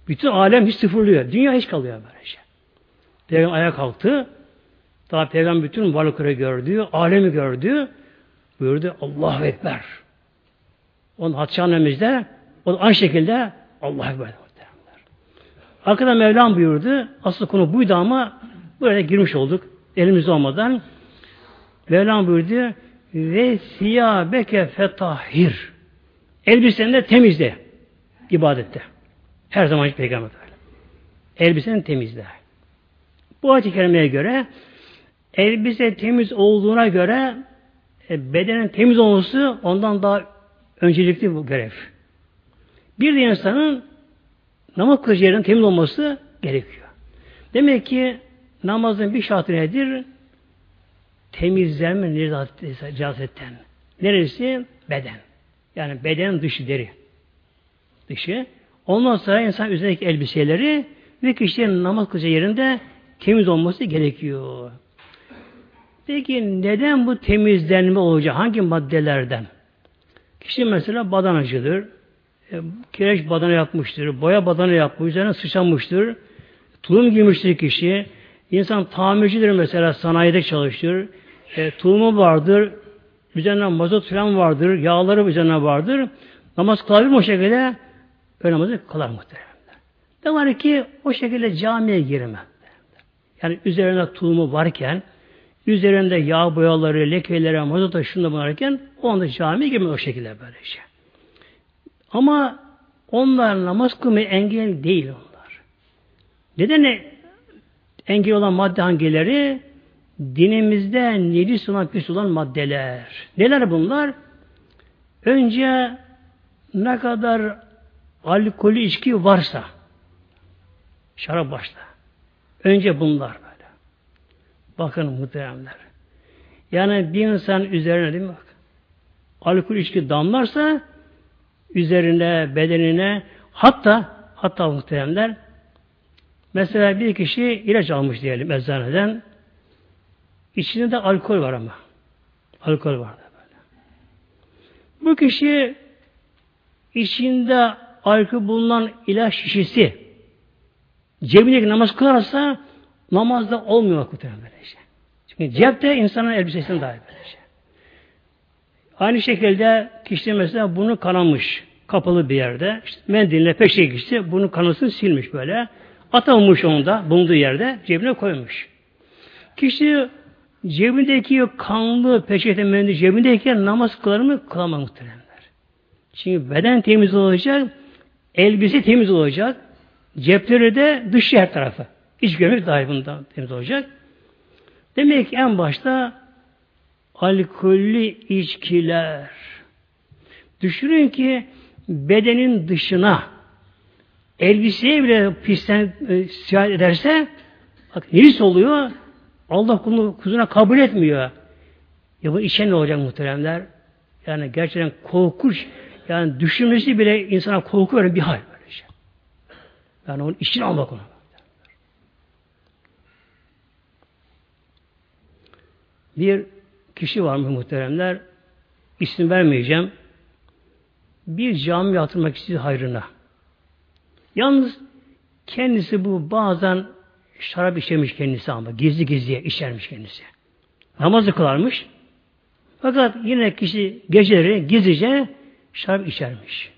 Bütün alem hiç sıfırlıyor. Dünya hiç kalıyor böylece. Peygamber ayağa kalktı. Daha Peygamber bütün varlıkları gördü, alemi gördü. Buyurdu Allahu Ekber. Onun Hatice annemiz de o aynı şekilde Allahu Ekber. Arkadan Mevlam buyurdu. Asıl konu buydu ama buraya girmiş olduk. Elimizde olmadan. Mevlam buyurdu. Ve siyâbeke fetahhir. Elbiseni de temizle. İbadette. Her zaman Peygamber öyle. Elbiseni temizle. Bu ayet-i kerimeye göre elbise temiz olduğuna göre e, bedenin temiz olması ondan daha öncelikli bu görev. Bir de insanın namaz kılıcı yerinin temiz olması gerekiyor. Demek ki namazın bir şartı nedir? Temizlenme necasetten. Neresi? Beden. Yani beden dışı deri. Dışı. Ondan sonra insan üzerindeki elbiseleri ve kişinin namaz kılıcı yerinde temiz olması gerekiyor. Peki neden bu temizlenme olacak? Hangi maddelerden? Kişi mesela badanacıdır. E, kireç badana yapmıştır. Boya badana yapmış. Üzerine sıçramıştır. Tulum giymiştir kişi. İnsan tamircidir mesela. Sanayide çalışır. E, tulumu vardır. Üzerine mazot falan vardır. Yağları üzerine vardır. Namaz kılabilir mi o şekilde? Öyle namazı kılar muhtemelen. Ne var ki o şekilde camiye girme. Yani üzerine tulumu varken, üzerinde yağ boyaları, lekeleri, mazota şunda varken o anda camiye girme o şekilde böylece. Ama onlar namaz kılmaya engel değil onlar. Neden engel olan madde hangileri? Dinimizde necis olan, pis olan maddeler. Neler bunlar? Önce ne kadar alkolü içki varsa, şarap başta. Önce bunlar böyle. Bakın muhteremler. Yani bir insan üzerine değil mi bak? Alkol içki damlarsa üzerine, bedenine hatta hatta muhteremler mesela bir kişi ilaç almış diyelim eczaneden. İçinde de alkol var ama. Alkol var da böyle. Bu kişi içinde alkol bulunan ilaç şişesi cebindeki namaz kılarsa namazda olmuyor muhtemelen böyle şey. Çünkü cepte insanın elbisesinin dahi böyle şey. Aynı şekilde kişi mesela bunu kanamış kapalı bir yerde işte mendille peşe kişi bunu kanasını silmiş böyle atamamış onu da bulunduğu yerde cebine koymuş. Kişi cebindeki kanlı peçete mendil cebindeyken namaz kılar mı? Kılamaz muhtemelen. Çünkü beden temiz olacak, elbise temiz olacak, cepleri de dış her tarafı. İç gömlek dahi bundan temiz olacak. Demek ki en başta alkollü içkiler. Düşünün ki bedenin dışına elbiseye bile pisten e, siyah ederse bak neris oluyor. Allah kulunu kuzuna kabul etmiyor. Ya bu içen ne olacak muhteremler? Yani gerçekten korkunç. Yani düşünmesi bile insana korku veren bir hal böyle şey. Yani onun içine almak onu. Bir kişi var mı muhteremler? İsim vermeyeceğim. Bir cami yatırmak istiyor hayrına. Yalnız kendisi bu bazen şarap içermiş kendisi ama gizli gizliye içermiş kendisi. Namazı kılarmış. Fakat yine kişi geceleri gizlice şarap içermiş.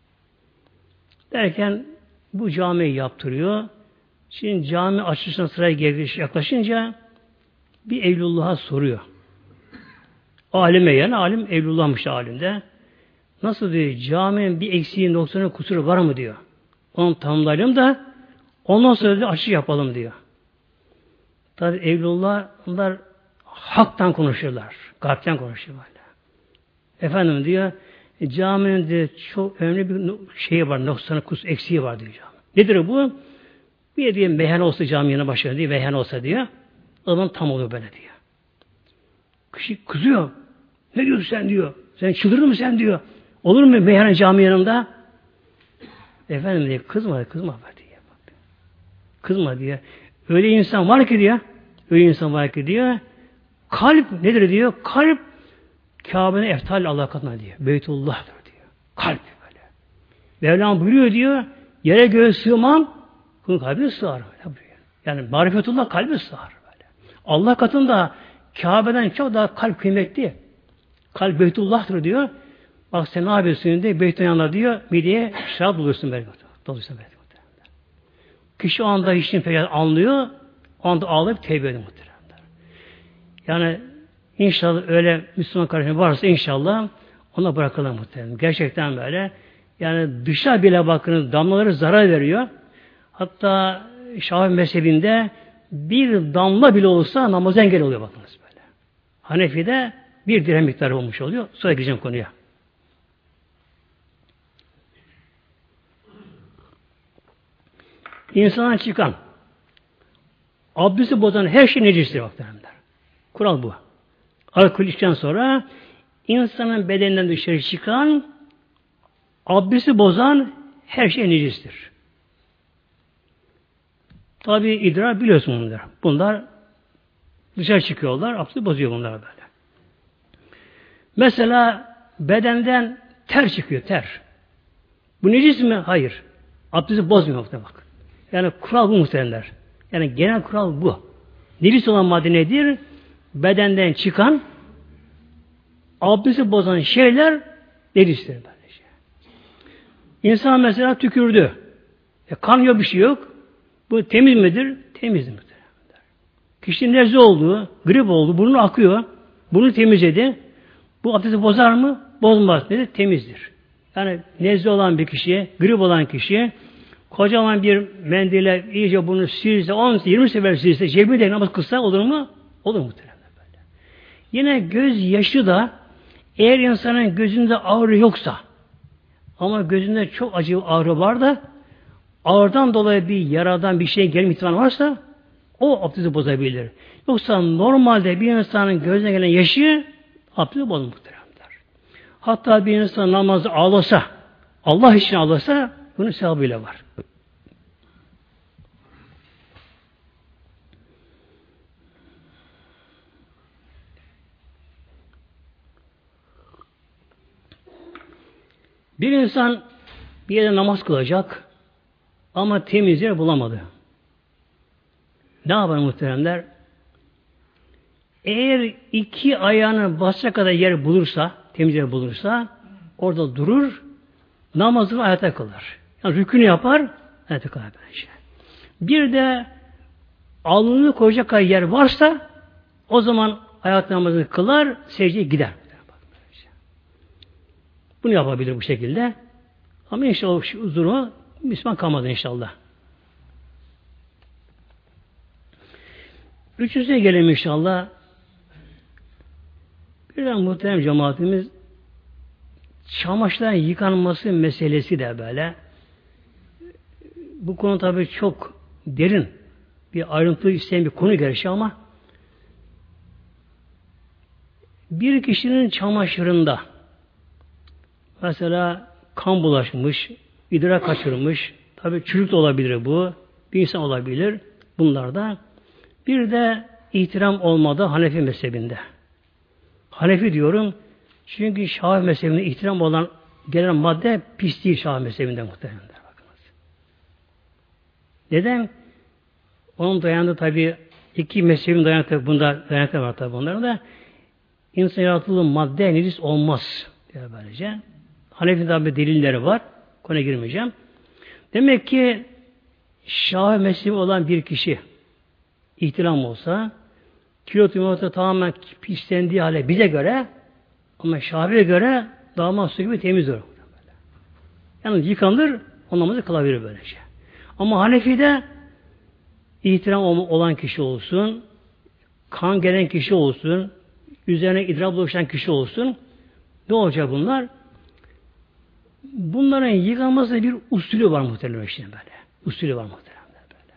Derken bu camiyi yaptırıyor. Şimdi cami açılışına sıraya yaklaşınca bir Evlullah'a soruyor. Alime yani alim Evlullah'mış alimde. Nasıl diyor? Caminin bir eksiği, noksanı, kusuru var mı diyor. Onu tamamlayalım da ondan sonra da açış yapalım diyor. Tabi Evlullah onlar haktan konuşuyorlar. Kalpten konuşuyorlar. Efendim diyor caminin de çok önemli bir şeyi var. Noksanı, kusuru, eksiği var diyor cami. Nedir bu? Bir diye meyhane olsa caminin başına diye meyhane olsa diyor. O zaman tam oluyor böyle diyor. Kişi kızıyor. Ne diyorsun sen diyor. Sen çıldırdın mı sen diyor. Olur mu meyhane cami yanında? Efendim diyor kızma kızma diyor. Kızma diyor. Öyle insan var ki diyor. Öyle insan var ki diyor. Kalp nedir diyor. Kalp Kabe'nin eftal Allah katına diyor. Beytullah'dır diyor. Kalp böyle. Mevlam buyuruyor diyor. Yere göğe sığmam, bunun kalbi sığar. Yani marifetullah kalbi sığar. Böyle. Allah katında Kabe'den çok daha kalp kıymetli. Kalp Beytullah'tır diyor. Bak sen ne yapıyorsun diye Beytun yanına diyor, mideye şarap doluyorsun böyle. Doluyorsun böyle. Kişi o anda işin feryat anlıyor, o anda ağlayıp tevbe ediyor muhtemelen. Yani inşallah öyle Müslüman kardeşim varsa inşallah ona bırakalım muhtemelen. Gerçekten böyle. Yani dışa bile bakın damlaları zarar veriyor. Hatta Şafii mezhebinde bir damla bile olsa namaz engel oluyor bakınız böyle. Hanefi'de bir dirhem miktarı olmuş oluyor. Sonra gireceğim konuya. İnsana çıkan abdesti bozan her şey necistir muhtemelenler. Kural bu. Alkol içtikten sonra insanın bedeninden dışarı çıkan abdesti bozan her şey necistir. Tabi idrar biliyorsun bunlar. Bunlar dışarı çıkıyorlar, abdesti bozuyor bunlar böyle. Mesela bedenden ter çıkıyor, ter. Bu necis mi? Hayır. Abdesti bozmuyor muhtemelen bak. Yani kural bu muhtemelenler. Yani genel kural bu. Necis olan madde nedir? Bedenden çıkan abdesti bozan şeyler necistir böylece. İnsan mesela tükürdü. E, kan yok, bir şey yok. Bu temiz midir? Temizdir. Kişinin nezle olduğu, grip oldu, burnu akıyor. Bunu temizledi. Bu abdesti bozar mı? Bozmaz. Nedir? Temizdir. Yani nezle olan bir kişiye, grip olan kişiye kocaman bir mendile iyice bunu silse, on yirmi sefer silse, cebinde namaz kılsa olur mu? Olur muhtemelen böyle. Yine göz yaşı da eğer insanın gözünde ağrı yoksa ama gözünde çok acı ağrı var da ağrıdan dolayı bir yaradan bir şey gelme ihtimali varsa o abdesti bozabilir. Yoksa normalde bir insanın gözüne gelen yaşı abdesti bozulur muhtemelen. Hatta bir insan namazı ağlasa, Allah için ağlasa bunun sevabıyla var. Bir insan bir yerde namaz kılacak ama temiz yer bulamadı. Ne yapar muhteremler? Eğer iki ayağını basacak kadar yer bulursa, temiz yer bulursa orada durur, namazını ayakta kılar. Yani rükünü yapar, ayakta kılar bence. Bir de alnını koyacak kadar yer varsa o zaman ayakta namazını kılar, secdeye gider. Bunu yapabilir bu şekilde. Ama inşallah şu uzunu Müslüman kalmadı inşallah. Üçüncüye gelelim inşallah. Birden muhterem cemaatimiz çamaşırların yıkanması meselesi de böyle. Bu konu tabii çok derin bir ayrıntı isteyen bir konu gerçi ama bir kişinin çamaşırında mesela kan bulaşmış, idrar kaçırmış, tabii çocuk da olabilir bu, bir insan olabilir bunlarda. Bir de ihtiram olmadı Hanefi mezhebinde. Hanefi diyorum çünkü Şafii mezhebinde ihtiram olan gelen madde pis değil Şafii mezhebinde muhtemelen. Neden? Onun dayandığı tabii iki mezhebin dayandığı bunda dayanıklar var tabii bunların da insan yaratıldığı madde necis olmaz diye böylece. Hanefi'nin tabi delilleri var. Konuya girmeyeceğim. Demek ki Şafii mezhebi olan bir kişi ihtilam olsa kilo yumurta tamamen pislendiği hale bize göre ama Şafii'ye göre damat su gibi temiz olur. Yani yıkanır, o namazı kılabilir böylece. Ama Hanefi'de ihtiram olan kişi olsun, kan gelen kişi olsun, üzerine idrar bulaşan kişi olsun, ne olacak bunlar? Bunların yıkanmasında bir usulü var muhtemelen işte böyle. Usulü var muhtemelen böyle.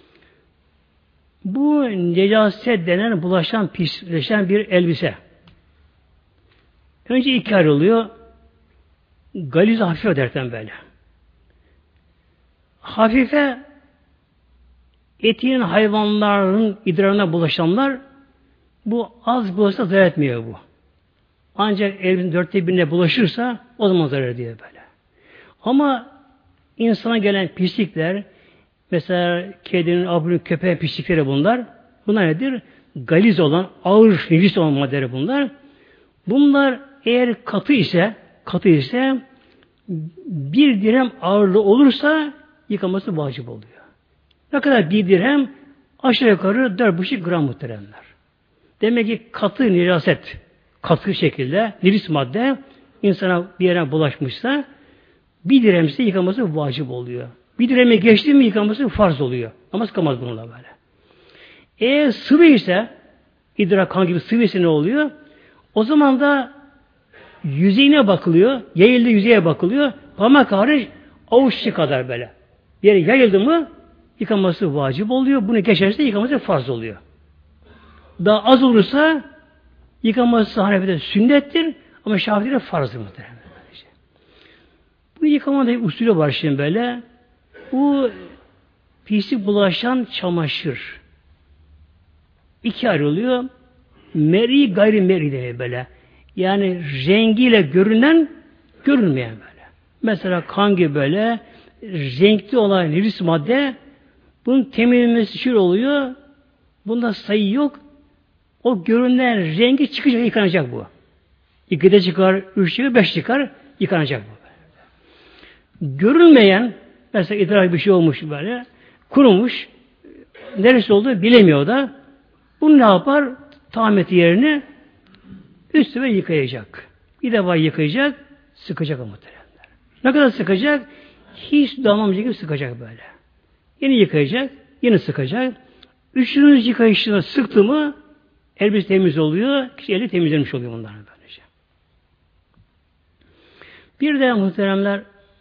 Bu necaset denen bulaşan, pisleşen bir elbise. Önce iki ayrılıyor. Galiz hafife derken böyle. Hafife etin hayvanların idrarına bulaşanlar bu az bulaşsa zarar etmiyor bu. Ancak elbisenin dörtte birine bulaşırsa o zaman zarar ediyor böyle. Ama insana gelen pislikler, mesela kedinin, abunun, köpeğin pislikleri bunlar. Bunlar nedir? Galiz olan, ağır, necis olan maddeleri bunlar. Bunlar eğer katı ise, katı ise bir dirhem ağırlığı olursa yıkaması vacip oluyor. Ne kadar bir dirhem? Aşağı yukarı dört buçuk gram muhteremler. Demek ki katı niraset, katı şekilde niris madde insana bir yere bulaşmışsa bir dirhemse yıkaması vacip oluyor. Bir dirheme geçti mi yıkaması farz oluyor. Namaz kılmaz bununla böyle. Eğer sıvı ise, idrar, kan gibi sıvı ise ne oluyor? O zaman da yüzeyine bakılıyor, yayıldığı yüzeye bakılıyor. Parmak hariç avuç içi kadar böyle. Bir yere yayıldı mı yıkaması vacip oluyor. Bunu geçerse yıkaması farz oluyor. Daha az olursa yıkaması Hanefi'de sünnettir ama Şafii'de farzdır muhtemelen. Bu yıkamada bir usulü var şimdi böyle. Bu pislik bulaşan çamaşır. İki ayrılıyor. Meri gayri meri diye böyle. Yani rengiyle görünen, görünmeyen böyle. Mesela kan gibi böyle renkli olan niris madde bunun temizlenmesi şöyle oluyor. Bunda sayı yok. O görünen rengi çıkacak, yıkanacak bu. İkide çıkar, üç çıkar, beş çıkar, yıkanacak bu. Görülmeyen, mesela idrar bir şey olmuş böyle, kurumuş, neresi olduğu bilemiyor da, bunu ne yapar? Tameti yerini üstüne yıkayacak. Bir defa yıkayacak, sıkacak o muhteremler. Ne kadar sıkacak? Hiç damlamayacak gibi sıkacak böyle. Yine yıkayacak, yine sıkacak. Üçüncü yıkayışına sıktı mı, elbise temiz oluyor, kişi eli temizlenmiş oluyor bunların böylece. Bir de muhteremler,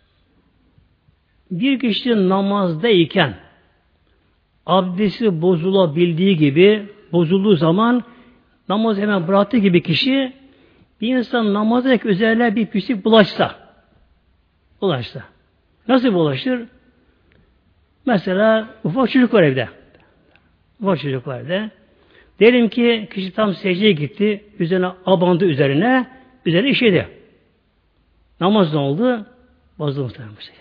bir kişi namazdayken abdesti bozulabildiği gibi bozulduğu zaman namazı hemen bıraktığı gibi kişi bir insan namazdaki üzerine bir pislik bulaşsa bulaşsa nasıl bulaşır? Mesela ufak çocuk var evde. Ufak çocuk var evde. Diyelim ki kişi tam secdeye gitti. Üzerine abandı üzerine. Üzerine işedi. Namaz ne oldu? Bozuldu muhtemelen bu şey.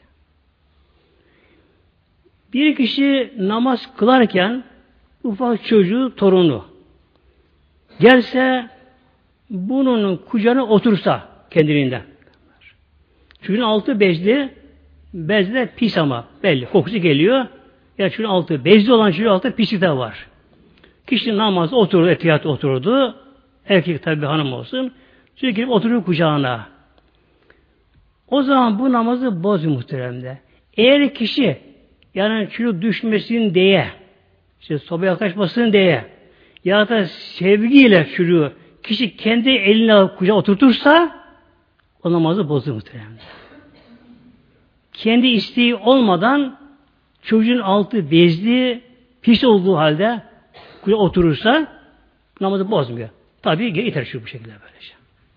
Bir kişi namaz kılarken ufak çocuğu, torunu gelse bunun kucağına otursa kendiliğinden. Çocuğun altı bezli, bezle pis ama belli. Kokusu geliyor. Ya çocuğun altı bezli olan çocuğun altı pislik de var. Kişi namazda oturdu, etiyat oturdu. Erkek tabi hanım olsun. Çocuk gelip oturuyor kucağına. O zaman bu namazı bozuyor muhteremde. Eğer kişi yani çocuk düşmesin diye, işte sobaya yaklaşmasın diye, ya da sevgiyle çocuğu kişi kendi eline alıp kucağa oturtursa o namazı bozulur muhtemelen. Kendi isteği olmadan çocuğun altı bezli, pis olduğu halde kucağa oturursa namazı bozmuyor. Tabii geri iter şu bu şekilde böylece.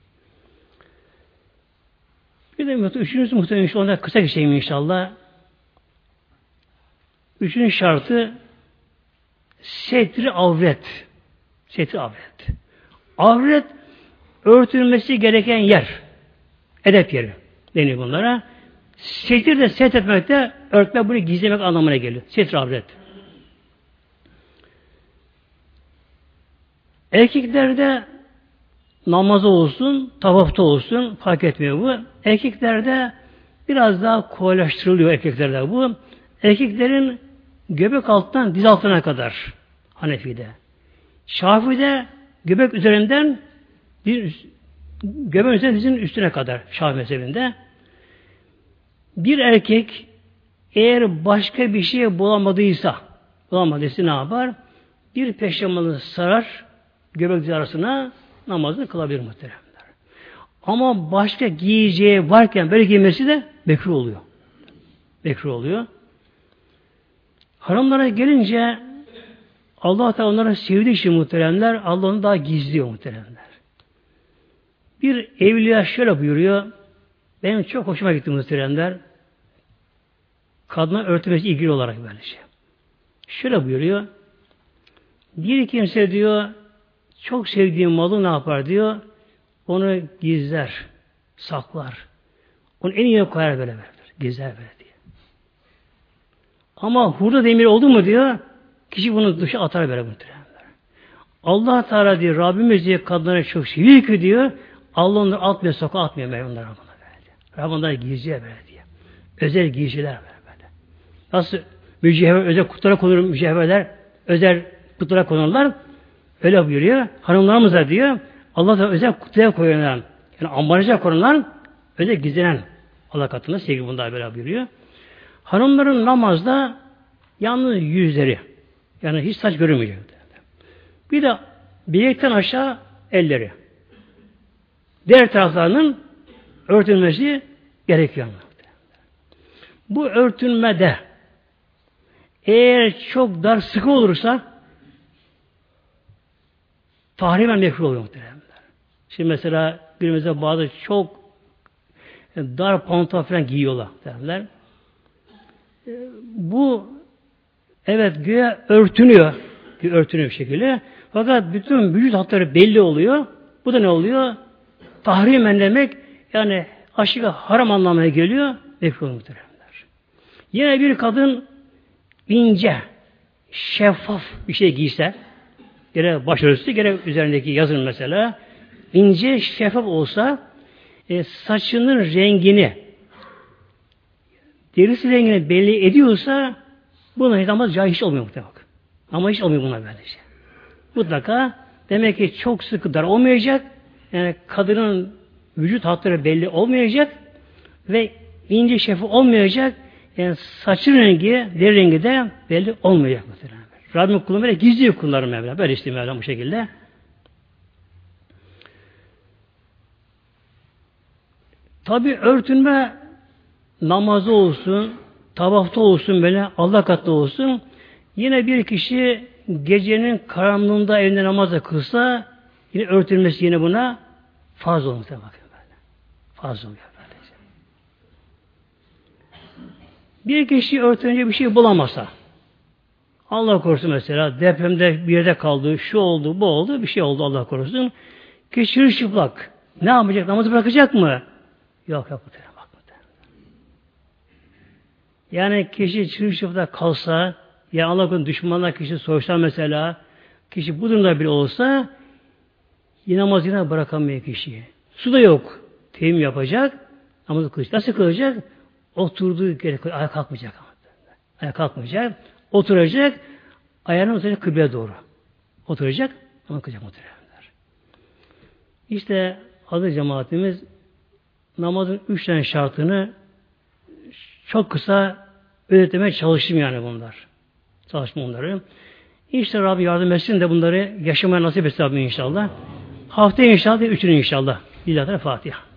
Bir de muhtemelen, üçüncüsü muhtemelen şu anda kısa geçeyim inşallah. Üçüncü şartı setri avret. Setri avret. Avret örtülmesi gereken yer. Edep yeri deniyor bunlara. Setir de set etmek de örtmek, bunu gizlemek anlamına geliyor. Setri avret. Erkeklerde namazı olsun, tavafta olsun fark etmiyor bu. Erkeklerde biraz daha kolaylaştırılıyor erkeklerde bu. Erkeklerin göbek altından diz altına kadar Hanefi'de. Şafii'de göbek üzerinden bir göbek üzerinden dizin üstüne kadar Şafii mezhebinde. Bir erkek eğer başka bir şey bulamadıysa bulamadıysa ne yapar? Bir peştemalını sarar göbek dizi arasına, namazını kılabilir muhteremler. Ama başka giyeceği varken böyle giymesi de mekruh oluyor. Mekruh oluyor. Haramlara gelince Allah Teala onlara sevdiği için muhteremler, Allah onu daha gizliyor muhteremler. Bir evliya şöyle buyuruyor, benim çok hoşuma gitti muhteremler, kadına örtmesi ilgili olarak böylece. Şöyle buyuruyor, bir kimse diyor, çok sevdiğim malı ne yapar diyor, onu gizler, saklar. Onu en iyi koyar böyle böyle, gizler böyle diyor. Ama hurda demir oldu mu diyor, kişi bunu dışa atar böyle muhtemelen. Allah Teala diyor, Rabbimiz diye kadınlara çok seviyor ki diyor, Allah onları atmıyor, sokağa atmıyor böyle onlara böyle. Rabbim onları giyiciye böyle diye. Özel giyiciler böyle böyle. Nasıl mücevher, özel kutulara konulur mücevherler, özel kutulara konurlar, öyle buyuruyor. Hanımlarımıza diyor, Allah Teala özel kutuya koyulan, yani ambalajya konulan, özel gizlenen Allah katında sevgi bunlar böyle buyuruyor. Hanımların namazda yalnız yüzleri, yani hiç saç görünmeyecek. Bir de bilekten aşağı elleri. Diğer taraflarının örtülmesi gerekiyor. Bu örtünmede eğer çok dar sıkı olursa tahrimen mekruh oluyor muhtemelen. Şimdi mesela günümüzde bazı çok dar pantolon falan giyiyorlar derler. Bu evet güya örtünüyor. Örtünüyor bir şekilde. Fakat bütün vücut hatları belli oluyor. Bu da ne oluyor? Tahrimen demek yani aşırı haram anlamına geliyor. Mekruh muhteremler. Yine bir kadın ince, şeffaf bir şey giyse, gerek başörtüsü, gerek üzerindeki yazın mesela, ince, şeffaf olsa, e, saçının rengini, derisi rengini belli ediyorsa, buna hiç ama caiz olmuyor muhtemelen. Ama hiç olmuyor buna böylece. Mutlaka demek ki çok sıkı dar olmayacak, yani kadının vücut hatları belli olmayacak ve ince şeffaf olmayacak, yani saçın rengi, deri rengi de belli olmayacak mesela. Rabbim kulunu böyle gizliyor kulları Mevla. Böyle işte Mevla bu şekilde. Tabi örtünme namazı olsun, tavafta olsun böyle Allah katında olsun. Yine bir kişi gecenin karanlığında evinde namazı kılsa yine örtülmesi yine buna farz olmuş. Bakın böyle. Farz oluyor böylece. Bir kişi örtünce bir şey bulamasa, Allah korusun mesela depremde bir yerde kaldı, şu oldu, bu oldu, bir şey oldu Allah korusun. Kişi çıplak. Ne yapacak? Namazı bırakacak mı? Yok yok. Bak, yani kişi çırılçıplak kalsa, ya Allah korusun düşmanlar kişi soğuşlar mesela, kişi bu durumda bile olsa yine namazı yine bırakamıyor kişiyi. Su da yok. Teyemmüm yapacak. Namazı kılacak. Nasıl kılacak? Oturduğu yere ayağa kalkmayacak. Ayağa kalkmayacak. Oturacak. Ayağını oturacak kıbleye doğru. Oturacak. Ama kılacak muhtemelen. İşte adı cemaatimiz namazın üç tane şartını çok kısa öğretmeye çalıştım yani bunlar. Çalışma bunları. İşte Rabbi yardım etsin de bunları yaşamaya nasip etsin inşallah. Haftaya inşallah, üçünü inşallah. Lillahi Fatiha.